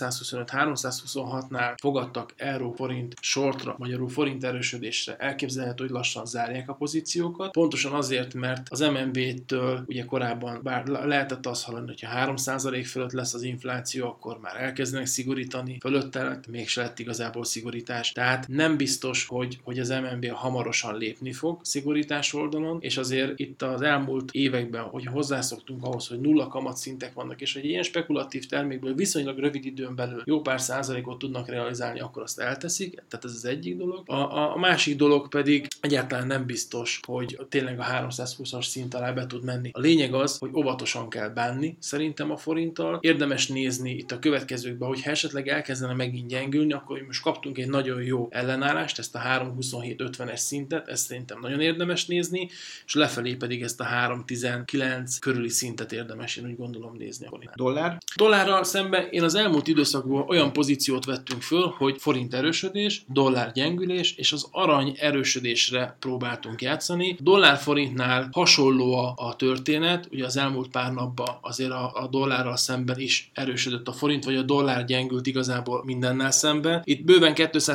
325-326-nál fogadtak euró-forint shortra, magyarul forint erősödésre, elképzelhető, hogy lassan zárják a pozíciókat. Pontosan azért, mert az MNB-től ugye korábban bár lehetett azt hallani, hogy ha 3% fölött lesz az infláció, akkor már elkezdenek szigorítani, fölötte mégse lett igazából szigorítás. Tehát nem biztos, hogy az MNB hamarosan lépni fog szigorítás oldalon, és azért itt az elmúlt években, hogy hozzászoktunk ahhoz, hogy nulla kamatszintek vannak, és hogy ilyen spekulatív termékből viszonylag rövid időn belül jó pár százalékot tudnak realizálni, akkor azt elteszik, tehát ez az egyik dolog. A másik dolog pedig egyáltalán nem biztos, hogy tényleg a 320-as szint alá be tud menni. A lényeg az, hogy óvatosan kell bánni szerintem a forinttal. Érdemes nézni itt a következőkben, hogyha esetleg elkezdene megint gyengülni, akkor most kaptunk egy nagyon jó ellenállást, ezt a 327-50-es szintet, ezt szerintem nagyon érdemes nézni, és lefelé pedig ezt a 319 körüli szintet érdemes, én úgy gondolom nézni. Dollár? Dollárral szemben én az elmúlt időszakban olyan pozíciót vettünk föl, hogy forint erősödés, dollár gyengülés, és az arany erősödésre próbáltunk játszani. Dollár-forintnál hasonló a történet, ugye az elmúlt pár napban azért a dollárral szemben is erősödött a forint, vagy a dollár gyengült igazából mindennel szemben. Itt bőven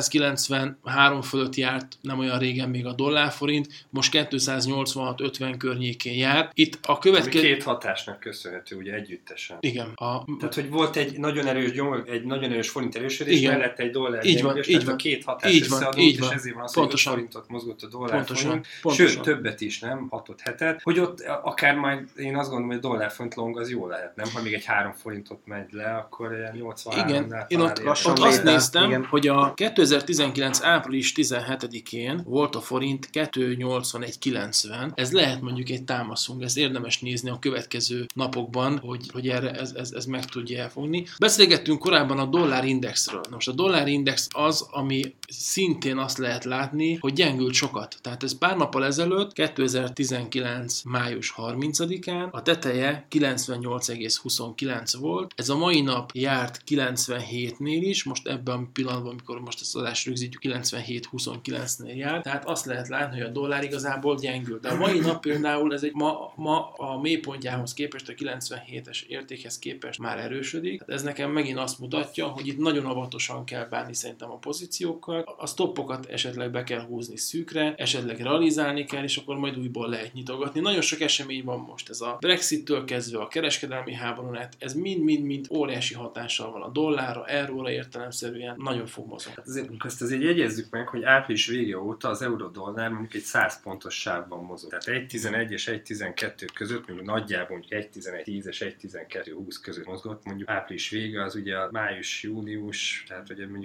293 fölött járt nem olyan régen még a dollár-forint, most 286-50 környékén jár. Itt a következő... Két hatásnak köszönhető, ugye együttesen. Igen. Tehát, hogy volt egy nagyon erős forint erősödés, mellett egy dollár gyengülés, tehát a két hatás összeadott, és ezért van az, hogy 5 forintot mozgott a dollár forint. Sőt, többet is, nem? 6-7-et. Hogy ott akár majd, én azt gondolom, hogy a dollár forint long az jó lehet, nem? Ha még egy 3 forintot megy le, akkor ilyen 83-nál igen, én ott azt néztem, igen, hogy a 2019. április 17-én volt a forint 281,90. Ez lehet mondjuk egy támaszunk, ez érdemes nézni a következő napokban, hogy erre ez meg tudja elfogni. Beszélgettünk korábban a dollárindexről. Most a dollárindex az, ami szintén azt lehet látni, hogy gyengült sokat. Tehát ez pár nappal ezelőtt, 2019. május 30-án a teteje 98,29 volt. Ez a mai nap járt 97-nél is, most ebben a pillanatban, amikor most ezt az adást rögzítjük, 97-29-nél jár. Tehát azt lehet látni, hogy a dollár igazából gyengült. De a mai nap például ez egy ma a mélypontjához képest, a 97-es értékhez képest már erősödik. Tehát ez nekem megint azt mutatja, hogy itt nagyon óvatosan kell bánni szerintem a pozíciókkal. A stoppokat esetleg be kell húzni szűkre, esetleg realizálni kell, és akkor majd újból lehet nyitogatni. Nagyon sok esemény van most. Ez a Brexittől kezdve a kereskedelmi háborún, ez mind óriási hatással van a dollárra, euróra értelemszerűen, nagyon fog mozogni. Ezt azért jegyezzük meg, hogy április vége óta az euró-dollár mondjuk egy 100 pontos sávban mozog. Tehát 1.11 és 1.12 között, mondjuk nagyjából mondjuk 1.11.10 és 1.12.20 között mozgott, mondjuk április vége az ugye a május-július, tehát ugye mondjuk egy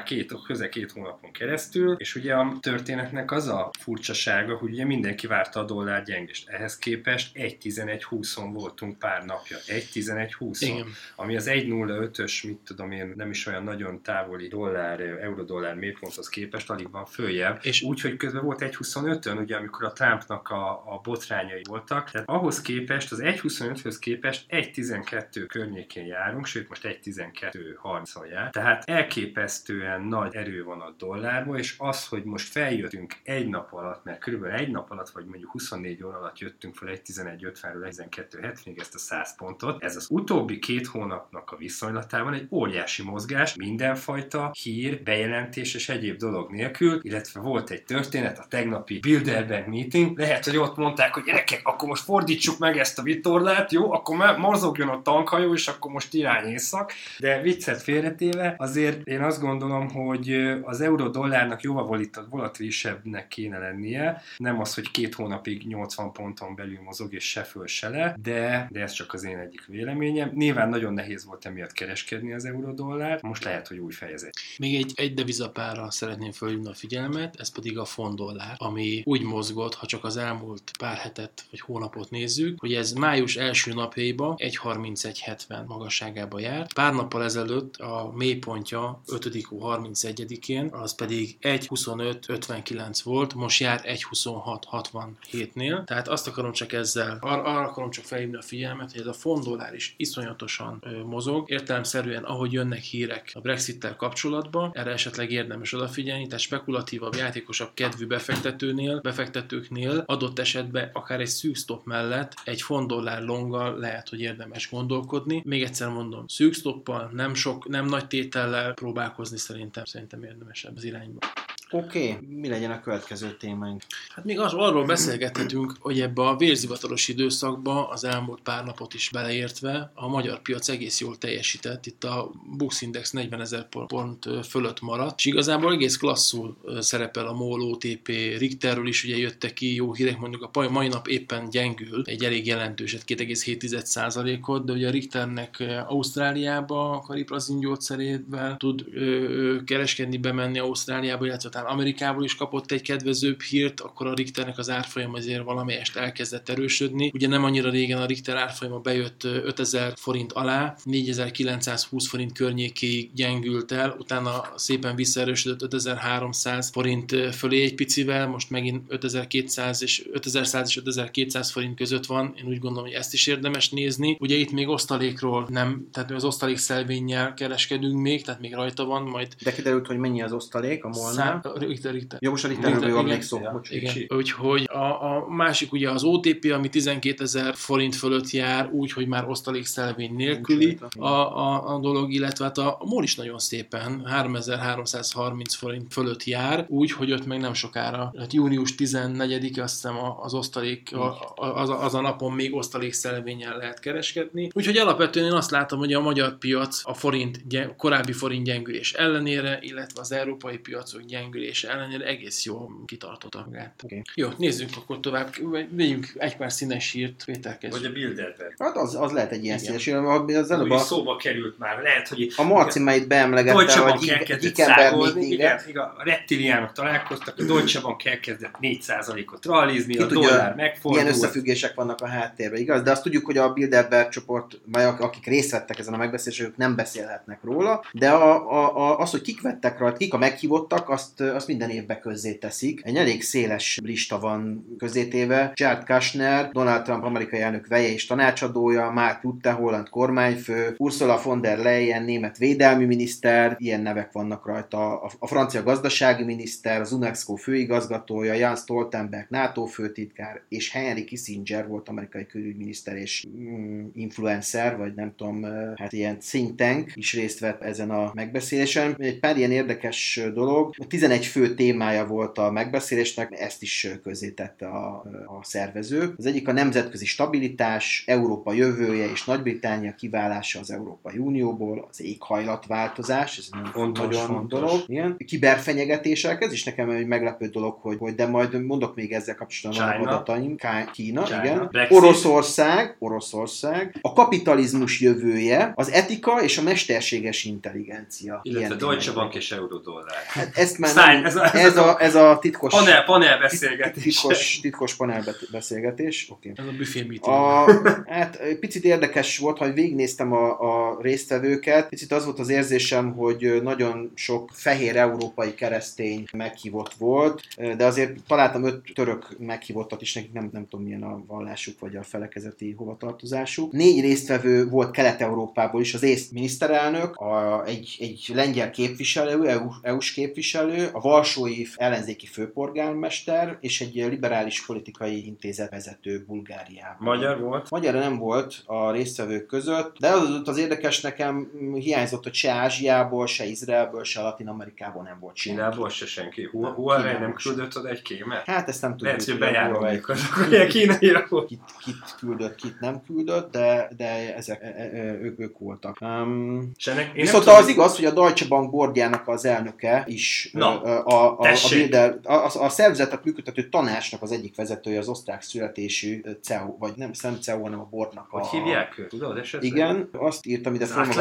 már közel 2 hónapon keresztül, és ugye a történetnek az a furcsasága, hogy ugye mindenki várta a dollár gyengést. Ehhez képest 1.11.20-on voltunk pár napja. 1.11.20-on. Ami az 1.05-ös, mit tudom én, nem is olyan nagyon távoli euró-dollár mélyponthoz képest alig van följebb. És úgyhogy közben volt 1.25-ön, ugye amikor a Trumpnak a botrányai voltak. Tehát ahhoz képest, az 1.25-höz képest 1.12 környékén járunk, sőt most 1.12.30-on jár. Tehát elképesztően nagy erő van a dollárban, és az, hogy most feljöttünk egy nap alatt, mert körülbelül egy nap alatt, vagy mondjuk 24 óra alatt jöttünk fel 1.11.50-ről 1.12.70-ig ezt a 100 pontot, ez az utóbbi 2 hónapnak a viszonylatában egy óriási mozgás, mindenfajta hír, bejelentés és egyéb dolog nélkül, illetve volt egy történet, a tegnapi Bilderberg meeting, lehet, hogy ott mondták, hogy gyerekek, akkor most fordítsuk meg ezt a vitorlát, jó, akkor mozogjon a tankhajó, és akkor most irány észak, de viccet félretéve, azért én azt gondolom, hogy az euró-dollárnak jóval volatilisebbnek kéne lennie, nem az, hogy 2 hónapig 80 ponton belül mozog, és se föl, se le, de ez csak az én egyik véleményem. Nyilván nagyon nehéz volt emiatt kereskedni az euró-dollár, most lehet, hogy új fejezet. Még egy devizapárra szeretném fölhívni a figyelmet, ez pedig a font-dollár, ami úgy mozgott, ha csak az elmúlt pár hetet vagy hónapot nézzük, hogy ez május első napjaiban 1.31.70 magasságába járt. Pár nappal ezelőtt a mélypontja 5. hó 31-én, az pedig 1.25.59 volt, most jár 1.26.67-nél. Tehát azt akarom csak ezzel, arra akarom csak felhívni a figyelmet, hogy ez a font-dollár is iszonyatosan mozog. Értelemszerűen, ahogy jönnek hírek a Brexittel kapcsolatban, erre esetleg érdemes odafigyelni, tehát spekulatívabb, játékosabb kedvű befektetőknél adott esetben akár egy szűk stop mellett egy font-dollár longgal lehet, hogy érdemes gondolkodni. Még egyszer mondom, szűk stoppal, nem nagy tétellel próbálkozni szerintem érdemes ebben az irányba. Oké, mi legyen a következő témáink? Hát még arról beszélgethetünk, hogy ebbe a vérzivataros időszakba, az elmúlt pár napot is beleértve, a magyar piac egész jól teljesített. Itt a Bux Index 40.000 pont fölött maradt, és igazából egész klasszul szerepel a MOL, OTP, Richterről is ugye jöttek ki jó hírek, mondjuk a mai nap éppen gyengül, egy elég jelentőset, 2,7%-ot, de ugye a Richternek Ausztráliába, a kariprazin gyógyszerével tud kereskedni, bemenni Ausztráliába, illetve Amerikából is kapott egy kedvezőbb hírt, akkor a Richternek az árfolyam azért valamelyest elkezdett erősödni. Ugye nem annyira régen a Richter árfolyama bejött 5000 forint alá, 4920 forint környékéig gyengült el, utána szépen visszaerősödött 5300 forint fölé egy picivel, most megint 5200 és 5100 és 5200 forint között van. Én úgy gondolom, hogy ezt is érdemes nézni. Ugye itt még osztalékról nem, tehát az osztalék szelvénnyel kereskedünk még, tehát még rajta van majd. De kiderült, hogy mennyi az osztalék a MOL-nál? Richter. Jó, most a Richterről emlékszom. Igen. Úgyhogy a másik ugye az OTP, ami 12.000 forint fölött jár, úgyhogy már osztalékszelvény nélküli a dolog, illetve hát a MOL is nagyon szépen 3330 forint fölött jár, úgyhogy ott meg nem sokára, hát június 14-e azt hiszem az osztalék, az a napon még osztalékszelvénnyel lehet kereskedni. Úgyhogy alapvetően én azt látom, hogy a magyar piac a korábbi forint gyengülés ellenére, illetve az európai piacok gyengülés ellenére egész jól kitartotta magát. Okay. Jó, nézzük akkor tovább, vegyünk egy pár színes hírt, Péter kezd. Vagy a Bilderberg. Hát az lehet egy ilyen színes hír, az előbb szóba került már, lehet, hogy a Marci már itt beemlegette, hogy igen, a reptiliánok találkoztak, a Deutsche Bank elkezdett 4%-ot realizni, a dollár megfordult. Milyen összefüggések vannak a háttérben, igaz? De azt tudjuk, hogy a Bilderberg csoport, vagy akik részt vettek ezen a megbeszélésen, ők nem beszélhetnek róla, de az, hogy kik vettek rajta, kik a meghívottak, azt minden évben közzéteszik. Egy elég széles lista van közzétéve. Jared Kushner, Donald Trump amerikai elnök veje és tanácsadója, Mark Rutte, holland kormányfő, Ursula von der Leyen, német védelmi miniszter, ilyen nevek vannak rajta, a francia gazdasági miniszter, az UNESCO főigazgatója, Jens Stoltenberg, NATO főtitkár, és Henry Kissinger volt amerikai külügyminiszter és influencer, vagy nem tudom, hát ilyen think tank is részt vett ezen a megbeszélésen. Egy pár ilyen érdekes dolog. 11 11 fő témája volt a megbeszélésnek, ezt is közzétette a szervező. Az egyik a nemzetközi stabilitás, Európa jövője és Nagy-Britannia kiválása az Európai Unióból, az éghajlatváltozás, ez nagyon fontos dolog. Igen. Kiberfenyegetések, ez is nekem egy meglepő dolog, hogy de majd mondok még ezzel kapcsolatban a adataim. Kína, igen. Oroszország, a kapitalizmus jövője, az etika és a mesterséges intelligencia. Illetve Deutsche Bank és Eurodollár. Hát ezt már ez a titkos panelbeszélgetés. Titkos panelbeszélgetés. Okay. Ez a buffet meeting. Hát picit érdekes volt, hogy végignéztem a résztvevőket. Picit az volt az érzésem, hogy nagyon sok fehér európai keresztény meghívott volt, de azért találtam 5 török meghívottat is, nekik nem tudom milyen a vallásuk vagy a felekezeti hovatartozásuk. 4 résztvevő volt Kelet-Európából is, az észt miniszterelnök, egy lengyel képviselő, EU-s képviselő, a varsói ellenzéki főpolgármester és egy liberális politikai intézet vezető Bulgáriában. Magyar volt? Magyarra nem volt a résztvevők között, de az érdekes nekem hiányzott, hogy se Ázsiából, se Izraelből, se Latin-Amerikából nem volt senki. Kínából se senki. Huawei nem küldött oda egy kémet? Hát ezt nem tudjuk. Lehet, hogy bejárulnék azok, hogy a kínaiak volt. Kit küldött, kit nem küldött, de ezek ők voltak. Viszont az igaz, hogy a Deutsche Bank boardjának az elnöke is a szervezetet működtető tanácsnak az egyik vezetője, az osztrák születésű CEO, vagy nem CEO, hanem a boardnak Hogy hívják őt? Tudod esetleg? Igen, azt írtam ide Paul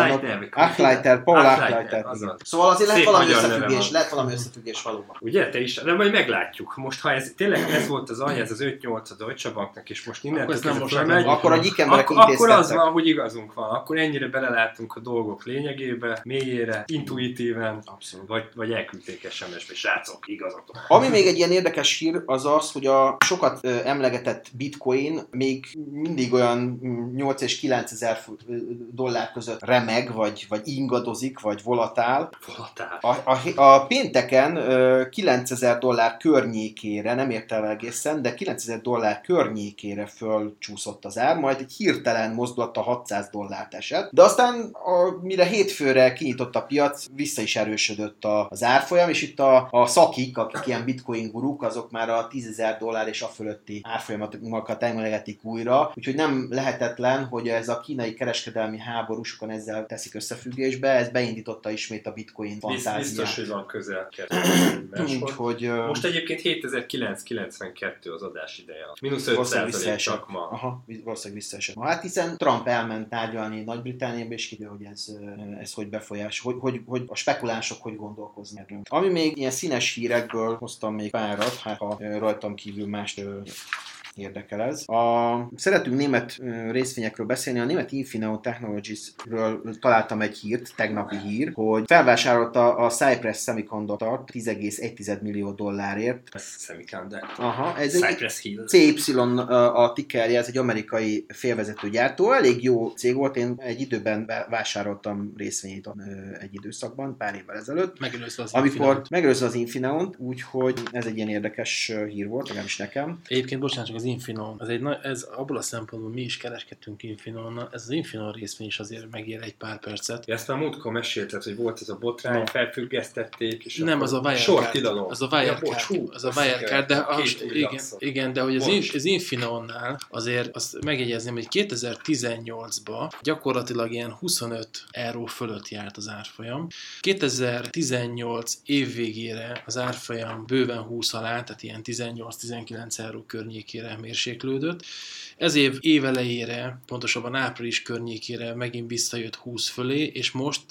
Achleiter. Szóval azért lehet valami összefüggés valóban. Ugye, te is, de majd meglátjuk. Most, ha ez tényleg ez volt az alja, ez az 5-8 a Deutsche Banknak, és most innentől akkor a gyik emberek intézkedtek. Akkor az van, hogy igazunk van. Akkor ennyire belelátunk a dolgok lényegébe, mélyére, intuitíven, vagy elküldték SMS-be, srácok, igazatok. Ami még egy ilyen érdekes hír, az az, hogy a sokat emlegetett bitcoin még mindig olyan 8 és 9 ezer dollár között remeg, vagy ingadozik, vagy volatál. A pénteken 9 ezer dollár környékére, nem ért el egészen, de 9 ezer dollár környékére fölcsúszott az ár, majd egy hirtelen mozdulattal 600 dollárt esett, de aztán mire hétfőre kinyitott a piac, vissza is erősödött az árfolyam, és itt a szakik, akik ilyen bitcoin guruk, azok már a 10 ezer dollár és a fölötti árfolyamokat emlegetik újra, úgyhogy nem lehetetlen, hogy ez a kínai kereskedelmi háború, sokan ezzel teszik összefüggésbe, ez beindította ismét a bitcoin fantáziát. Biztos, hogy van közel. Most egyébként 7992 az adás ideje. -5% csak ma. Aha, valószínűleg visszaesett. Hát hiszen Trump elment tárgyalni Nagy-Britanniába, és kiderül, hogy ez hogy befolyásol, hogy a spekulánsok hogy gondolkoznak erről. Ami még ilyen színes hírekből hoztam még párat, hát ha rajtam kívül mást érdekel ez. Szeretünk német részvényekről beszélni. A német Infineon Technologies-ről találtam egy hírt, tegnapi hír, hogy felvásárolta a Cypress Semiconductor-t 10,1 millió dollárért. Semiconductor. Aha, ez Cypress Hill. CY a tickerje, ez egy amerikai félvezető gyártó. Elég jó cég volt, én egy időben vásároltam részvényét egy időszakban, pár évvel ezelőtt. Megelőzve az Infineon-t, úgyhogy ez egy ilyen érdekes hír volt, legalábbis nekem. Egyébként bocsánat, csak az Infineon, ez abból a szempontból mi is kereskedtünk Infineonnal, ez az Infineon részvény is azért megér egy pár percet. Ezt már múltkor mesélted, hogy volt ez a botrány, felfüggesztették, és nem, az a Wirecard. Az a Wirecard, de igen, de hogy az Infineonnál azért azt megjegyezném, hogy 2018-ban gyakorlatilag ilyen 25 euró fölött járt az árfolyam. 2018 év végére az árfolyam bőven 20 alá, tehát ilyen 18-19 euró környékére mérséklődött. Ez év elejére, pontosabban április környékére megint visszajött 20 fölé, és most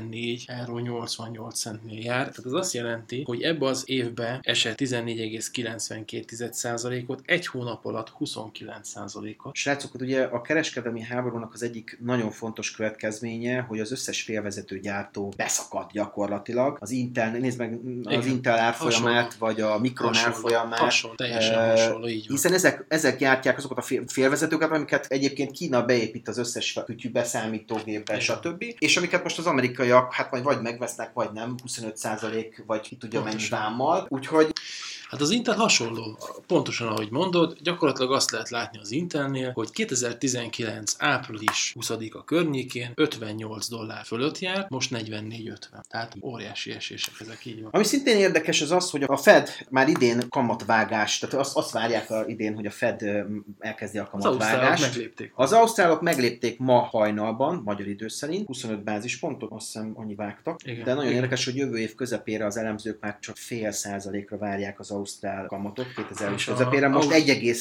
14,88 €-nél jár. Tehát az azt jelenti, hogy ebbe az évbe esett 14,92%-ot, egy hónap alatt 29%-ot. Srácok, ugye a kereskedelmi háborúnak az egyik nagyon fontos következménye, hogy az összes félvezető gyártó beszakadt gyakorlatilag. Az Intel, nézd meg az Intel árfolyamát, vagy a Micron árfolyamát. Teljesen hasonló, így van. Hiszen ezek gyártják azokat a félvezetőket, amiket egyébként Kína beépít az összes kütyűbe, számítógépbe, stb. És amiket most az amerikaiak vagy megvesznek, vagy nem, 25%, vagy ki tudja mennyi vámmal. Úgyhogy Hát az Intel hasonló, pontosan ahogy mondod, gyakorlatilag azt lehet látni az Intelnél, hogy 2019. április 20-a környékén $58 fölött járt, most 44-50. Tehát óriási esések ezek, így van. Ami szintén érdekes az, hogy a Fed már idén kamatvágás, tehát azt várják idén, hogy a Fed elkezdi a kamatvágást. Az ausztrálok meglépték ma hajnalban, magyar idő szerint, 25 bázispontot, azt hiszem annyi vágtak. Igen. De nagyon érdekes, hogy jövő év közepére az elemzők már csak 0,5%-ra várják az ausztrál kamatot, 2020 közepére, most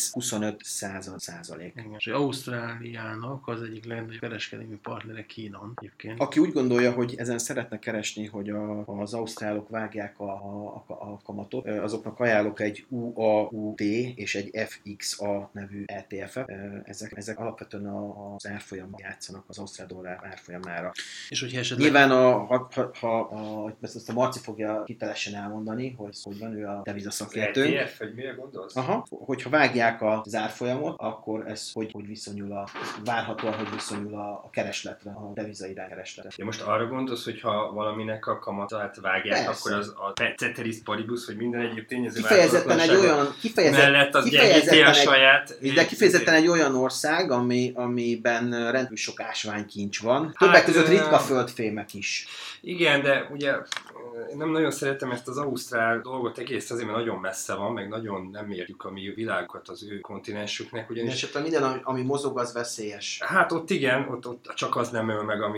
1,25%. És Ausztráliának az egyik legnagyobb kereskedelmi partnere Kína egyébként. Aki úgy gondolja, hogy ezen szeretne keresni, hogy az ausztrálok vágják a kamatot, azoknak ajánlok egy UAUT és egy FXA nevű ETF-et. Ezek alapvetően az árfolyamban játszanak, az ausztrál dollár árfolyamára. És hogyha esetleg... Nyilván, ezt a Marci fogja hitelesen elmondani, hogy van ő a devizaszakértőnk. ETF, vagy mire gondolsz? Aha, hogyha vágják az árfolyamot, akkor ez hogy viszonyul várhatóan, hogy viszonyul a keresletre, a devizai keresletre. Ja, most arra gondolsz, hogy ha valaminek a kamatát vágják, persze, akkor az a ceteris paribus, vagy minden egyéb tényező kifejezetten egy olyan, mellett az gyengíti a saját... De kifejezetten egy olyan ország, amiben rendkívül sok ásványkincs van. Többek között ritka földfémek is. Igen, de ugye nem nagyon szeretem ezt az ausztrál dolgot egész azért, mert nagyon messze van, meg nagyon nem érjük a mi világokat az ő kontinensüknek. Ugyanis... Esetleg minden, ami mozog, az veszélyes. Hát ott igen, ott csak az nem öl meg,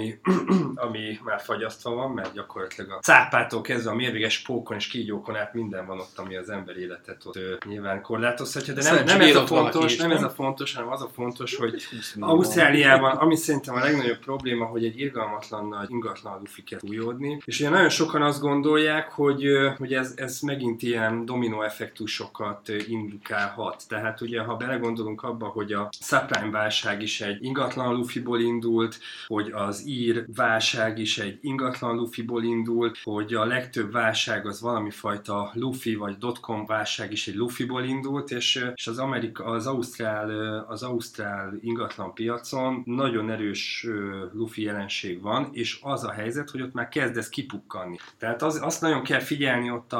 ami már fagyasztva van, mert gyakorlatilag a cápától kezdve a mérvéges pókon és kígyókon át minden van ott, ami az ember életet ott nyilván korlátozhatja, de nem ez a fontos, ez a fontos, hanem az a fontos, hogy Ausztráliában, ami szerintem a legnagyobb probléma, hogy egy irgalmatlan nagy ingatlan lufi kell túljódni, és ugye nagyon sokan azt gondolják, hogy ez megint ilyen dominó effektusokat indukálhat. Tehát ugye, ha belegondolunk abba, hogy a subprime válság is egy ingatlan lufiból indult, hogy az ír válság is egy ingatlan lufiból indult, hogy a legtöbb válság az valami fajta lufi vagy dotcom válság is egy lufiból indult, és az ausztrál ingatlan piacon nagyon erős lufi jelenség van, és az a helyzet, hogy ott már kezd ez kipukkanni. Tehát azt nagyon kell figyelni ott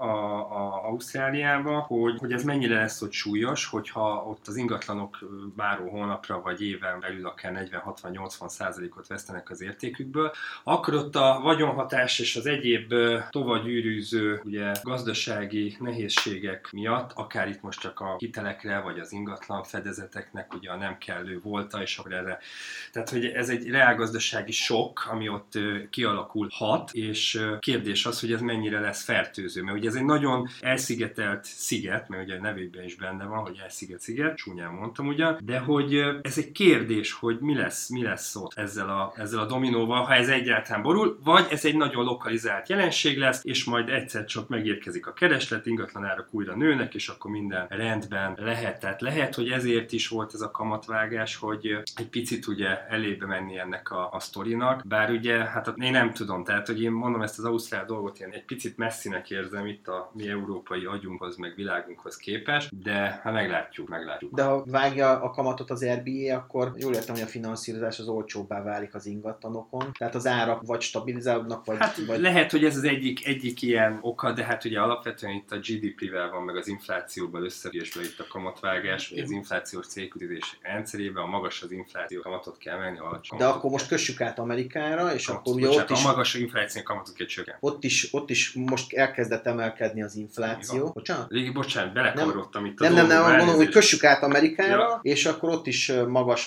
Ausztráliában, hogy ez mennyire lesz ott súlyos, hogyha ott az ingatlanok váró hónapra vagy éven belül akár 40-60-80%-ot vesztenek az értékükből, akkor ott a vagyonhatás és az egyéb tovagyűrűző ugye, gazdasági nehézségek miatt, akár itt most csak a hitelekre vagy az ingatlan fedezeteknek ugye a nem kellő volta, és akkor erre. Tehát, hogy ez egy reálgazdasági sok, ami ott kialakulhat, és kérdés az, hogy ez mennyire lesz fertőző, mert ugye ez egy nagyon elszigetelt sziget, mert ugye a nevében is benne van, hogy elsziget-sziget, csúnyán mondtam ugye, de hogy ez egy kérdés, hogy mi lesz ott ezzel a dominóval, ha ez egyáltalán borul, vagy ez egy nagyon lokalizált jelenség lesz, és majd egyszer csak megérkezik a kereslet, ingatlanárak újra nőnek, és akkor minden rendben lehet. Tehát lehet, hogy ezért is volt ez a kamatvágás, hogy egy picit ugye elébe menni ennek a sztorinak, bár ugye, hát én nem tudom, tehát hogy én mondom ezt az ausztrál dolgot, én egy picit messzinek érzem itt a mi európai agyunkhoz, meg világunkhoz képest, de hát meglátjuk. De ha vágja a kamatot az RBA, akkor jól értem, hogy a finanszírozás az olcsóbbá válik az ingatlanokon, tehát az árak vagy stabilizálódnak, vagy... Hát vagy... lehet, hogy ez az egyik ilyen oka, de hát ugye alapvetően itt a GDP-vel van, meg az inflációval összefüggésben itt a kamatvágás, vagy az inflációs célkütőzés rendszerében, a magas az infláció kamatot kell menni, alacsony. De akkor most kössük át Amerikára, és akkor ugye ott is... A magas infláció kamatot kell csökkenteni. Ott is most elkezdett emelkedni az infláció. Bocsánat, belekavarodtam itt a Nem, mondom, hogy kössük át Amerikára, és akkor ott is magas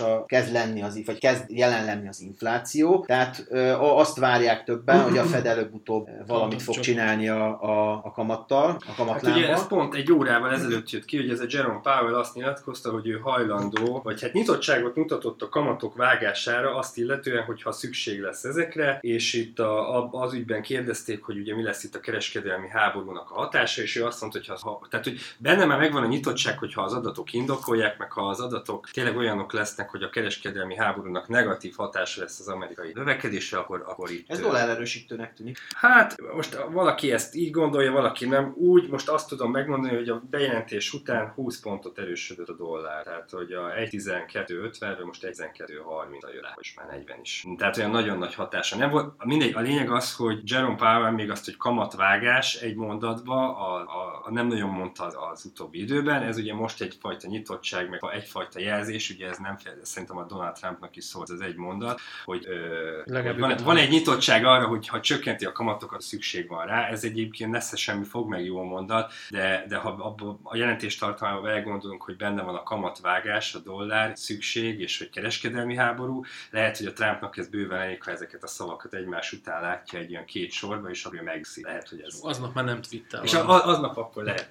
kezd jelen lenni az infláció. Tehát azt várják többen, hogy a Fed előbb-utóbb valamit fog csinálni a kamattal, a kamatlábbal. Hát ugye ez pont egy órával ezelőtt jött ki, hogy ez a Jerome Powell azt nyilatkozta, hogy ő hajlandó, vagy hát nyitottságot mutatott a kamatok vágására azt illetően, hogyha szükség lesz ezekre, és itt az ügyben kérdezték, hogy ugye mi lesz itt a kereskedelmi háborúnak a hatása, és ő azt mondta, hogy tehát, hogy benne már megvan a nyitottság, hogyha az adatok indokolják, meg ha az adatok tényleg olyanok lesznek, hogy a kereskedelmi háborúnak negatív hatása lesz az amerikai növekedésre, akkor itt... Ez dollárerősítőnek tűnik. Hát most valaki ezt így gondolja, valaki nem. Úgy most azt tudom megmondani, hogy a bejelentés után 20 pontot erősödött a dollár. Tehát, hogy a 1.12.50-ről most 1.12.30-ra jön rá, és már 40 is. Tehát olyan nagyon nagy hatása nem volt. Mindegy, a lényeg az, hogy Jerome Powell Powell még azt, hogy kamatvágás egy mondatba, nem nagyon mondta az utóbbi időben, ez ugye most egyfajta nyitottság, meg egyfajta jelzés, ugye ez nem szerintem a Donald Trumpnak is szólt, ez egy mondat, hogy van egy nyitottság arra, hogy ha csökkenti a kamatokat, szükség van rá, ez egyébként nesze semmi fog, meg jó mondat, de ha abba a jelentés tartalmában elgondolunk, hogy benne van a kamatvágás, a dollár, szükség, és hogy kereskedelmi háború, lehet, hogy a Trumpnak ez bőven elég, ha ezeket a szavakat egymás után látja egy olyan két sorba, és akkor megszi. Lehet, hogy ez... Aznap már nem twittel. És aznap akkor lehet.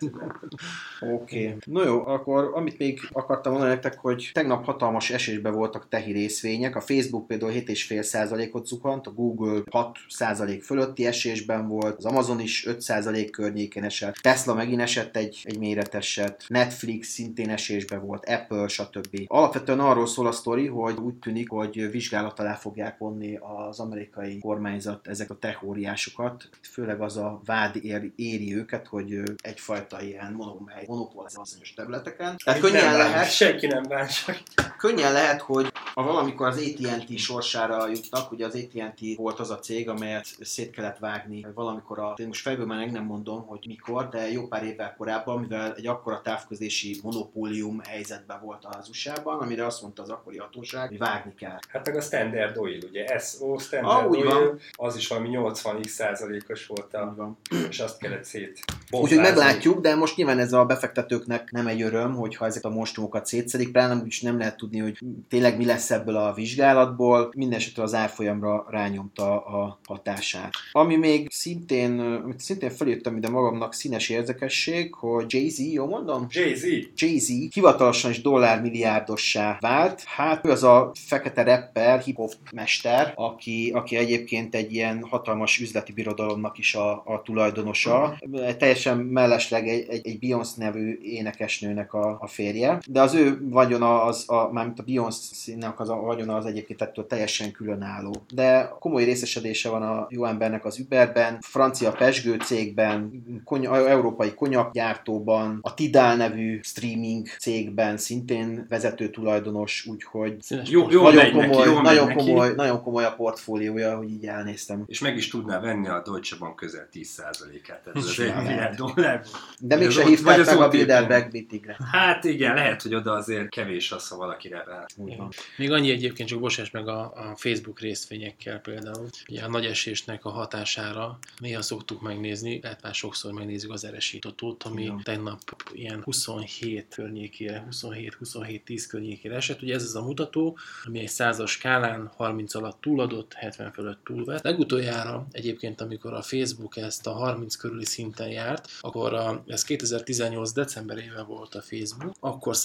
Oké. No jó, akkor amit még akartam mondani nektek, hogy tegnap hatalmas esésben voltak tehi részvények, a Facebook például 7,5%-ot zuhant, a Google 6% fölötti esésben volt, az Amazon is 5% környékén esett, Tesla megint esett egy méreteset, Netflix szintén esésben volt, Apple, stb. Alapvetően arról szól a sztori, hogy úgy tűnik, hogy vizsgálat alá fogják vonni az amerikai kormányzat ezek a tech óriásokat, főleg az a vád éri őket, hogy egyfajta ilyen monopólizáció bizonyos területeken. Tehát senki nem bán. Könnyen lehet, hogy valamikor az AT&T sorsára jutnak, ugye az AT&T volt az a cég, amelyet szét kellett vágni valamikor most fejből már nem mondom, hogy mikor, de jó pár évvel korábban, mivel egy akkora távközlési monopólium helyzetben volt az USA-ban, amire azt mondta az akkori hatóság, hogy vágni kell. Hát meg a Standard Oil, ugye Standard Oil, van. Az is valami 80%-os volt, és azt kellett Úgyhogy meglátjuk, de most nyilván ez a befektetőknek nem egy öröm, hogyha ezek a monstrumokat szétszedik, pláne úgyis nem lehet tudni, hogy tényleg mi lesz ebből a vizsgálatból. Mindenesetre az árfolyamra rányomta a hatását. Ami még szintén felírtam ide magamnak színes érdekesség, hogy Jay-Z, jól mondom? Jay-Z hivatalosan is dollármilliárdossá vált. Hát ő az a fekete rapper, hip-hop mester, aki egyébként egy ilyen hatalmas üzleti birodalomnak is a tulajdonosa. Teljesen mellesleg egy Beyoncé nevű énekesnőnek a férje. De az ő vagyona, mármint a Beyoncé-nak a vagyona az egyébként ettől teljesen különálló. De komoly részesedése van a jó embernek az Uberben, francia pesgő cégben, európai konyakgyártóban, a Tidal nevű streaming cégben szintén vezető tulajdonos, úgyhogy nagyon komoly a portfóliója, hogy így elnéztem. És meg is tudná venni a Deutsche Bank közel 10%-át. Ez az $1 milliárd. De mégse hívták meg a Bilderberg Bittigre. Hát igen, lehet, hogy oda azért kevés az, ha valakire vár. Még annyi egyébként, csak bocsáss meg a Facebook részvényekkel például. Ugye a nagy esésnek a hatására néha szoktuk megnézni, lehet már sokszor megnézzük az RSI Totót, ami tegnap ilyen 27 környékére, 27-10 környékére esett. Ugye ez az a mutató, ami egy 100-as skálán 30 alatt túladott, 70 fölött túlvett. Legutoljára egyébként, amikor a Facebook ezt a 30 körüli szinten járt, akkor ez 2018 decemberében volt a Facebook, akkor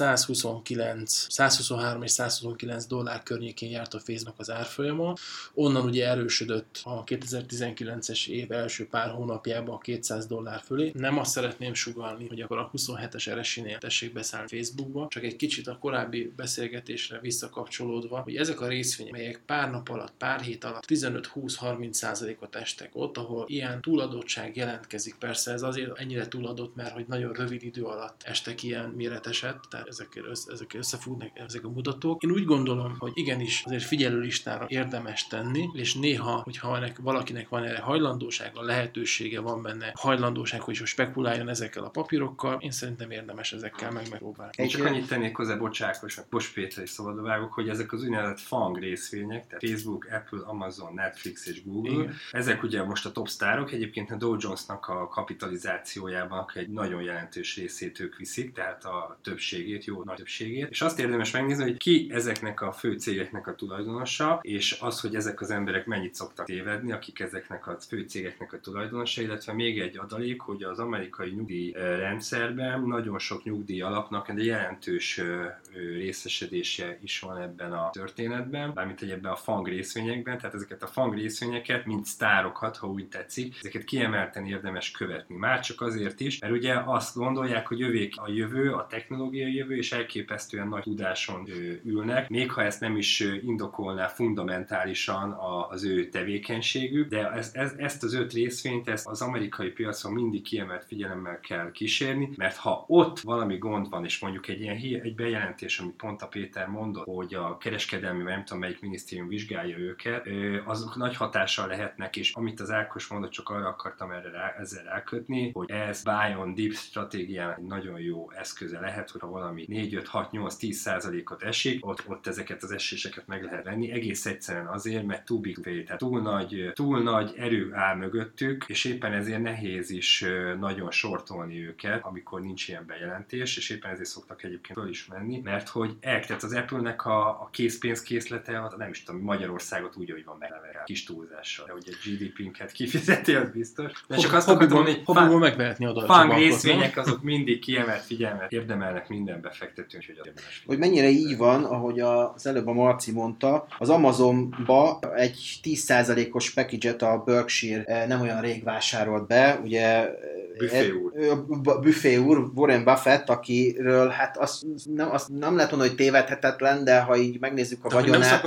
123 és 129 dollár környékén járt a Facebooknak az árfolyama. Onnan ugye erősödött a 2019-es év első pár hónapjában a 200 dollár fölé. Nem azt szeretném sugallni, hogy akkor a 27-es RSI-nél tessék beszállni Facebookba, csak egy kicsit a korábbi beszélgetésre visszakapcsolódva, hogy ezek a részvények, melyek pár nap alatt, pár hét alatt 15-20-30%-ot estek ott, ahol ilyen túladottság jelentkezik. Persze ez azért ennyire túladott, mert hogy nagyon rövid idő alatt estek ilyen méreteset, tehát ezek összefognak ezek a mutatók. Én úgy gondolom, hogy igenis azért figyelőlistára érdemes tenni, és néha, hogyha valakinek van erre hajlandósága, lehetősége van benne, hajlandóság, hogy spekuláljon ezekkel a papírokkal, én szerintem érdemes ezekkel megpróbálni. Én csak annyit tennék hozzá, Bocsákos, Bos Péter is szabadba vágok, hogy ezek az úgynevezett FANG részvények, tehát Facebook, Apple, Amazon, Netflix és Google, igen. Ezek ugye most a top sztárok, egyébként a Dow Jonesnak a kapitalizációjában egy nagyon jelentős részét ők viszik, tehát a többségét, jó nagy többségét, és azt érdemes megnézni, hogy ki ezeknek a fő cégeknek a tulajdonosa, és az, hogy ezek az emberek mennyit szoktak tévedni, akik ezeknek a fő cégeknek a tulajdonosa, illetve még egy adalék, hogy az amerikai nyugdíjrendszerben nagyon sok nyugdíj alapnak egy jelentős részesedése is van ebben a történetben, mármint ebben a FANG részvényekben, tehát ezeket a FANG részvényeket, mint sztárokat, ha úgy tetszik, ezeket kiemelten érdemes követni. Már csak azért is, mert ugye azt gondolják, hogy övék a jövő, a technológiai jövő, és elképesztően nagy tudáson ülnek, még ha ezt nem is indokolná fundamentálisan az ő tevékenységük, de ezt az 5 részvényt, ezt az amerikai piacon mindig kiemelt figyelemmel kell kísérni, mert ha ott valami gond van, és mondjuk egy bejelentett bejelentés, amit pont a Péter mondott, hogy a kereskedelmi, nem tudom melyik minisztérium vizsgálja őket, azok nagy hatással lehetnek, és amit az Ákos mondott, csak arra akartam ezzel rákötni, hogy ez buy on dip stratégiának egy nagyon jó eszköze lehet, hogyha valami 4-5-6-8-10%-ot esik, ott ezeket az eséseket meg lehet venni, egész egyszerűen azért, mert too big to fail, tehát túl nagy erő áll mögöttük, és éppen ezért nehéz is nagyon sortolni őket, amikor nincs ilyen bejelentés, és éppen ezért szoktak egyébként föl is menni, mert hogy tehát az Apple-nek a készpénzkészlete, nem is tudom, Magyarországot úgy, hogy van megleve kis túlzással, de hogy a GDP-nket kifizeti, az biztos. De csak azt akartam mondani, hogy megvehetni a fang részvények azok mindig kiemelt figyelmet érdemelnek minden befektetőn, hogy érdemes. Hogy mennyire így van, ahogy az előbb a Marci mondta, az Amazonba egy 10%-os package-et a Berkshire nem olyan rég vásárolt be, ugye Buffett úr, Warren Buffett, akiről hát azt nem lehet mondani, hogy tévedhetetlen, de ha így megnézzük a vagyonát,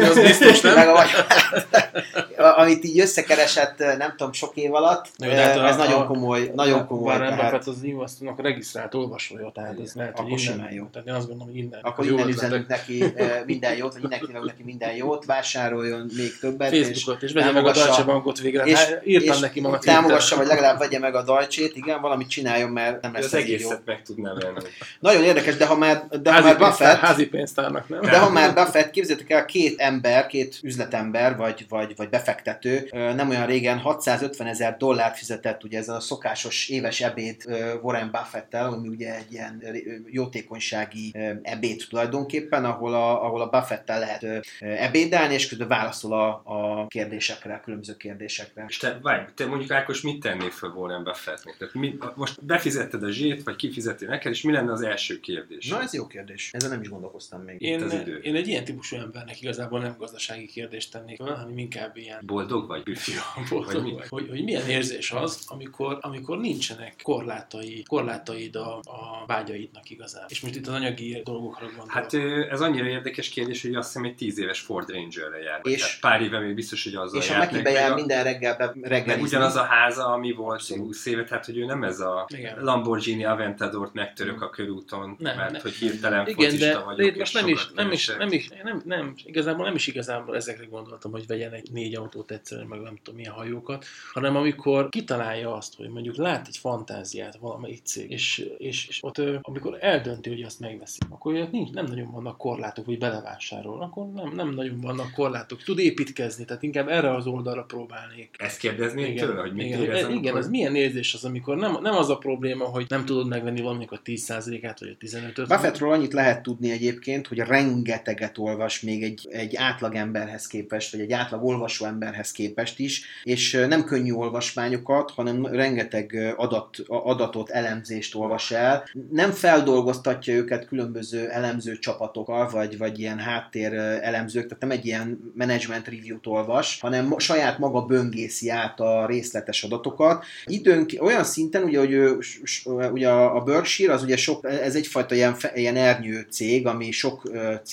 amit így összekeresett, nem tudom, sok év alatt, ez nagyon komoly. Warren Buffett az Investornak regisztrált olvasója, tehát ez lehet, hogy innen jó. Tehát én azt gondolom, hogy innen. Akkor innen üzenünk neki minden jót, vagy mindenkinek neki minden jót, vásároljon még többet. Facebookot, és vegye meg a Deutsche Bankot végre. Írtam neki ma. Támogassa, vagy legalább vegye meg a Deutsche-t, igen, valamit csináljon, mert nem lesz az egészet meg tudná venni. Nagyon érdekes, de ha már Buffett... Házi pénztárnak, nem? De ha már Buffett, képzeljétek el, két üzletember, vagy befektető, nem olyan régen $650,000 fizetett ugye ezen a szokásos éves ebéd Warren Buffettel, ami ugye egy ilyen jótékonysági ebéd tulajdonképpen, ahol a Buffettel lehet ebédelni, és közben válaszol a kérdésekre, a különböző kérdésekre. És te mondjuk Ákos mit tennél föl Warren Buffettnek? Tehát most befizetted a zsét, vagy kifizeti neked, és mi lenne az első kérdés? Na, ez jó kérdés. Ezzel nem is gondolkoztam még. Én egy ilyen típusú embernek igazából nem gazdasági kérdést tennék fel, hanem inkább ilyen... Boldog vagy? Büfi? Boldog vagy. Hogy milyen érzés az, amikor nincsenek korlátaid a vágyaidnak igazán. És most itt az anyagi dolgokra gondolok. Hát ez annyira érdekes kérdés, hogy azt hiszem egy 10 éves Ford Rangerre jár. És pár éve még biztos, hogy azzal és a Mekibe jár minden reggelizni. Ugyanaz a háza, ami volt 20 éve, tehát hogy ő nem ez a Lamborghini Aventadort megtörök a körúton, mert hogy hirtelen focista vagyok. Igen, de most igazából nem is ezekre gondoltam, hogy vegyen egy 4 autót egyszerűen, meg nem tudom milyen hajókat, hanem amikor kitalálja azt, hogy mondjuk lát egy fantáziát valamelyik cég, és ott amikor eldönti, hogy azt megveszi, akkor nem nagyon vannak korlátok, hogy belevásárol, akkor nem nagyon vannak korlátok. Tud építkezni, tehát inkább erre az oldalra próbálnék. Ezt kérdeznék tőle, hogy mit érez? Igen, ez milyen érzés az, amikor nem az a probléma, hogy nem tudod megvenni valaminek a 10%-át, vagy a 15%-ot. Buffettről annyit lehet tudni egyébként, hogy rengeteget olvas még egy átlagemberhez képest, vagy egy átlag olvasó emberhez képest is, és nem könnyű olvasmányokat, hanem rengeteg adatot, elemzést olvas el. Nem feldolgoztatja őket különböző elemző csapatokkal, vagy ilyen háttér elemzők, tehát nem egy ilyen management review-t olvas, hanem saját maga böngészi át a részletes adatokat. Olyan szinten, ugye a Berkshire, az ugye ez egyfajta ilyen ernyő cég, ami sok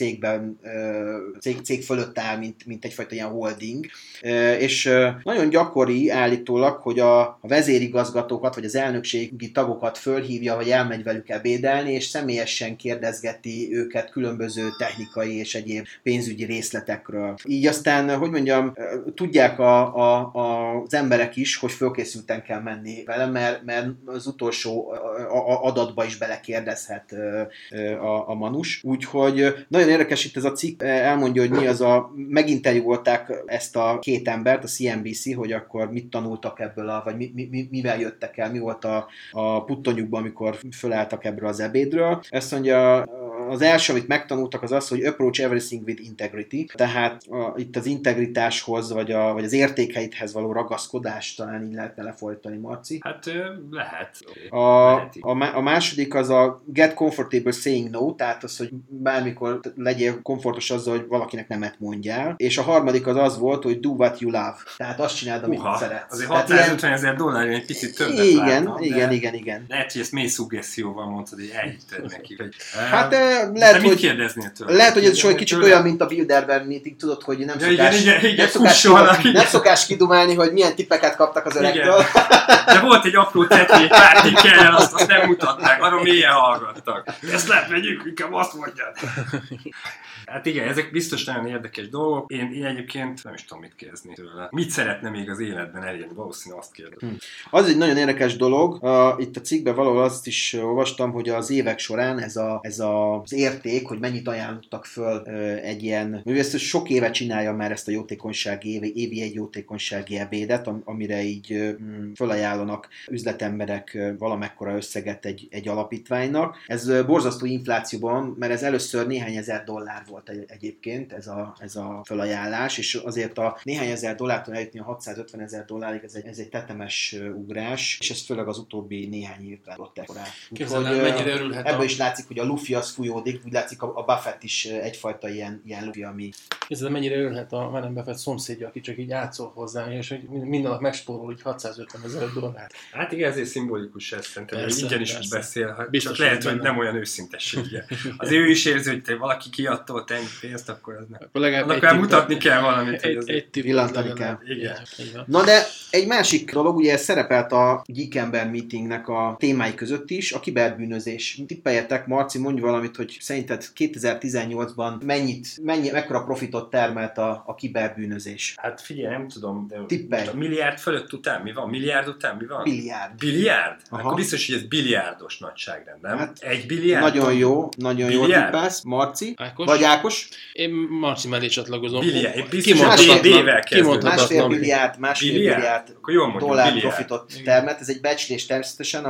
cég fölött áll, mint egyfajta ilyen holding, és nagyon gyakori állítólag, hogy a vezérigazgatókat, vagy az elnökségi tagokat fölhívja, vagy elmegy velük ebédelni, és személyesen kérdezgeti őket különböző technikai és egyéb pénzügyi részletekről. Így aztán, hogy mondjam, tudják az emberek is, hogy fölkészülten kell menni vele, mert az utolsó adatba is belekérdezhet a manus. Úgyhogy nagyon érdekes itt ez a cikk, elmondja, hogy mi az meginterjúolták ezt a két embert, a CNBC, hogy akkor mit tanultak ebből, vagy mivel jöttek el, mi volt a puttonyukban, amikor fölálltak ebből az ebédről. Ezt mondja, az első, amit megtanultak, az az, hogy approach everything with integrity, tehát itt az integritáshoz, vagy az értékeidhez való ragaszkodás, talán így lehetne lefordítani, Marci. Hát lehet. A második az a get comfortable saying no, tehát az, hogy bármikor legyél komfortos azzal, hogy valakinek nemet mondjál. És a harmadik az volt, hogy do what you love, tehát azt csináld, amit szeretsz. Azért $650,000 egy picit többet láttam. Igen. Lehet, hogy ezt mély szuggesszióval mondtad, hogy elhitted neki. Hát lehet, mit hogy kérdeznél tőle? lehet, hogy ez is egy kicsit olyan, mint a Bilderberg meeting, tudod, hogy nem szokás kidumálni, hogy milyen tippeket kaptak az öregtől. De volt egy apró tetély, pár tikkeljen, azt nem mutatták, arról mélyen hallgattak. Ezt lehet vegyük, inkább azt mondjad. Hát igen, ezek biztos nagyon érdekes dolgok. Én egyébként nem is tudom, mit kérdezni tőle. Mit szeretne még az életben elérni? Valószínűleg azt kérdezem. Az egy nagyon érdekes dolog. Itt a cikkben valahol azt is olvastam, hogy az évek során ez az érték, hogy mennyit ajánlottak föl egy ilyen, ő ezt sok éve csinálja már ezt a jótékonysági évi egy jótékonysági ebédet, amire így fölajánlanak üzletemberek valamekkora összeget egy alapítványnak. Ez borzasztó inflációban, mert ez először néhány ezer dollár volt egyébként ez a felajánlás, és azért a néhány ezer dollártól eljutni a 650 000 dollárig, ez egy tetemes ugrás, és ez főleg az utóbbi néhány évben volt ekkorá. Mennyire örülhet ebből is látszik, hogy a lufi az fújódik, úgy látszik a Buffett is egyfajta ilyen lufi, ami... Képzeld, mennyire örülhet a Warren Buffett szomszédja, aki csak így átszól hozzá, és hogy minden nap megspórol így 650 000 dollárt. Hát igen, ezért szimbolikus ez szerintem, hogy ingyen is úgy beszél, biztos, csak lehet, hogy nem olyan őszintessége. Az ő is érzi, hogy te valaki kiadtól ennyi pénzt, akkor ez nem. Annak kell mutatni kell valamit. Egy villantani kell. Igen. Na de egy másik dolog, ugye ez szerepelt a Geek Ember Meetingnek a témái között is, a kiberbűnözés. Tippeljetek, Marci, mondj valamit, hogy szerinted 2018-ban mekkora profitot termelt a kiberbűnözés? Hát figyelj, nem tudom, de tippelj. A milliárd fölött után mi van? Milliárd után mi van? Billiárd. Billiárd? Akkor biztos, hogy ez billiárdos nagyságrend, nem? Hát, egy billiárd? Nagyon jó tippelsz. Marci? Ákos? Vagy Ákos? Én Marci mellé csatlakozom. Billiárd. Biztos, hogy B-vel kezdődik. Másfél billiárd dollár profitot termelt. Ez egy becslés természetesen.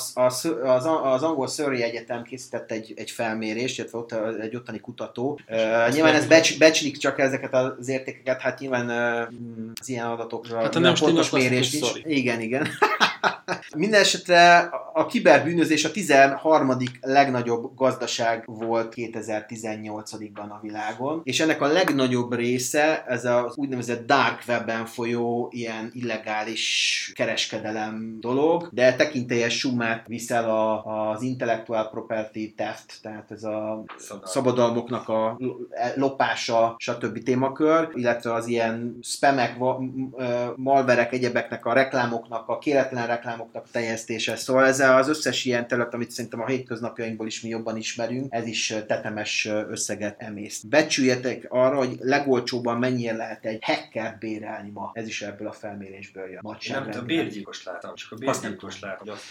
Az angol Surrey Egyetem készített egy felmérést, illetve ott egy ottani kutató. Nyilván ez becslik csak ezeket az értékeket, hát nyilván az ilyen adatokra hát nem pontos mérés nincs. Igen. Mindenesetre a kiberbűnözés a 13. legnagyobb gazdaság volt 2018-ban a világon, és ennek a legnagyobb része ez az úgynevezett dark webben folyó ilyen illegális kereskedelem dolog, de tekintélyes summát viszel az intellectual property theft, tehát ez a szabadalmoknak a lopása, stb. Témakör, illetve az ilyen spamek, malverek, egyebeknek a reklámoknak, a kéretlen reklámoknak terjesztése. Szóval ez az összes ilyen terület, amit szerintem a hétköznapjainkból is mi jobban ismerünk, ez is tetemes összeget emészt. Becsüljetek arra, hogy legolcsóbban mennyire lehet egy hacker bérelni ma. Ez is ebből a felmérésből jön. Nem tudom, a bérgyilkost láttam, csak a bérgyilkost láttam, hogy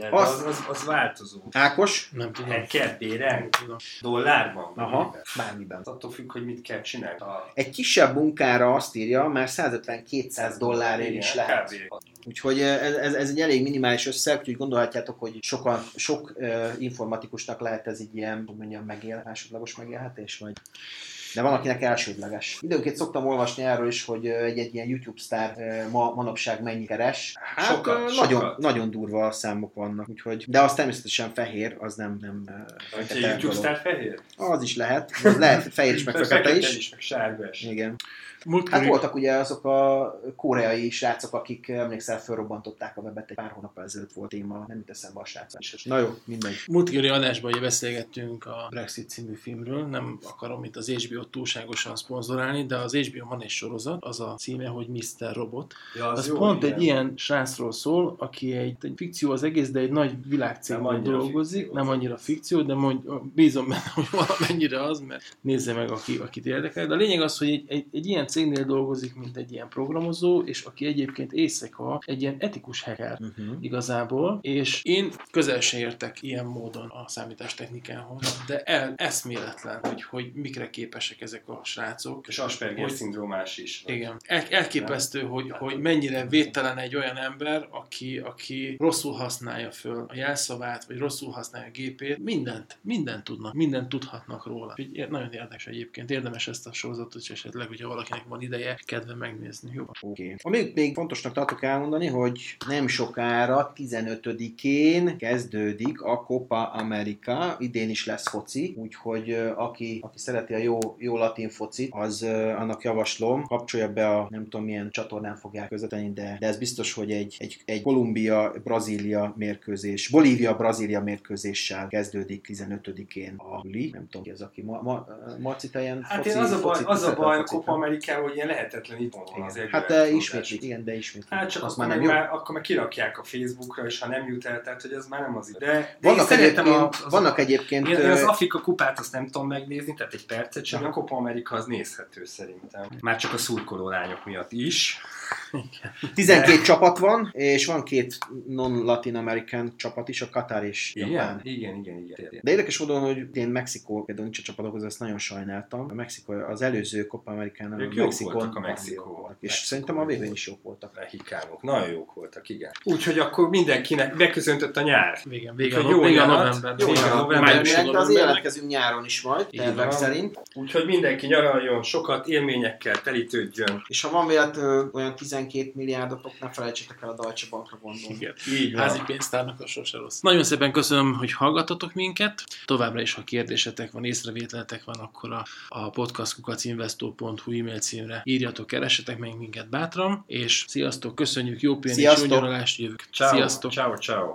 az változó. Ákos? Nem tudom. Hacker bérelni? Dollárban? Aha, bármiben. Attól függ, hogy mit kell csinálni. Egy kisebb munkára azt írja, már 150-200 dollárért is lehet. Úgyhogy ez egy elég minimális összeg, úgyhogy gondolhatjátok, hogy sok informatikusnak lehet ez egy ilyen, másodlagos megélhetés, vagy... De van, akinek elsődleges. Időnként szoktam olvasni erről is, hogy egy ilyen YouTube sztár manapság mennyi keres. Hát nagyon durva számok vannak, úgyhogy... De az természetesen fehér, az nem egy YouTube sztár fehér? Az is lehet. Az lehet fehér is, meg fekete is. Meg sárga is. Igen. Hát voltak ugye azok a koreai srácok, akik emlékszel, felrobbantották a webet, egy pár hónap ezelőtt volt téma, nem jut eszembe a srácok. Na jó, mindegy. Múltkori adásban ugye beszélgettünk a Brexit című filmről, nem akarom itt az HBO-t túlságosan szponzorálni, de az HBO van egy sorozat, az a címe, hogy Mr. Robot. Ja, az jó, pont egy ilyen srácról szól, aki egy fikció az egész, de egy nagy világcégben dolgozik, fikció, nem annyira fikció, de bízom benne, hogy valamennyire az, mert nézze meg, akit érdekel. De a lényeg az, hogy egy ilyen cégnél dolgozik, mint egy ilyen programozó, és aki egyébként éjszaka egy ilyen etikus hacker igazából, és én közel se értek ilyen módon a számítástechnikához, de eszméletlen, hogy mikre képesek ezek a srácok. És Asperger-szindrómás is. Igen. Elképesztő, hogy mennyire védtelen egy olyan ember, aki rosszul használja föl a jelszavát, vagy rosszul használja a gépét, mindent tudnak, mindent tudhatnak róla. Nagyon érdekes egyébként, érdemes ezt a sorozatot, és esetleg, hogyha valakinek van ideje, kedve megnézni. Jó? Okay. Amit még fontosnak tartok elmondani, hogy nem sokára 15-én kezdődik a Copa America, idén is lesz foci, úgyhogy aki szereti a jó jó latin focit, az annak javaslom, kapcsolja be a nem tudom milyen csatornán fogják közvetíteni, de ez biztos, hogy egy Bolívia-Brazília mérkőzéssel kezdődik 15-én a júli. Nem tudom ki az, aki Marci, te ilyen hát én az a baj a Copa Amerikában, hogy ilyen lehetetlen itt van az hát ismétlik, igen, de ismétlik. Hát csak azt akkor már kirakják a Facebookra, és ha nem jut el, tehát hogy az már nem az idő. De vannak egyébként... Én az Afrika kupát azt nem tudom megnézni, tehát egy percet sem, a Copa Amerika az nézhető szerintem. Már csak a szurkoló lányok miatt is. 12 csapat van, és van 2 non-Latin American csapat is, a Katar és Japán. Igen. De érdekes módon, hogy én Mexikó, például nincs a csapatok között, ezt nagyon sajnáltam. A Mexikó, az előző Copa Americánál a Mexikón. És szerintem a VB-n is jók voltak. Mexikánok, nagyon jók voltak, igen. Úgyhogy akkor mindenkinek beköszöntött a nyár. Vége a november. De azért jelentkezünk nyáron is majd, tervek szerint. Úgyhogy mindenki nyaraljon, sokat élményekkel telítődjön. És ha van véletlenül olyan 12 milliárdotok, ne felejtsétek el a Deutsche Bankra gondolni. Igen. Házi pénztárnak a sorsa rossz. Nagyon szépen köszönöm, hogy hallgatotok minket. Továbbra is, ha kérdésetek van, észrevételetek van, akkor a podcast@investor.hu e-mail címre írjatok, keressetek meg minket bátran, és sziasztok, köszönjük, jó pihenést, jó nyaralást, jövök. Sziasztok. Ciao.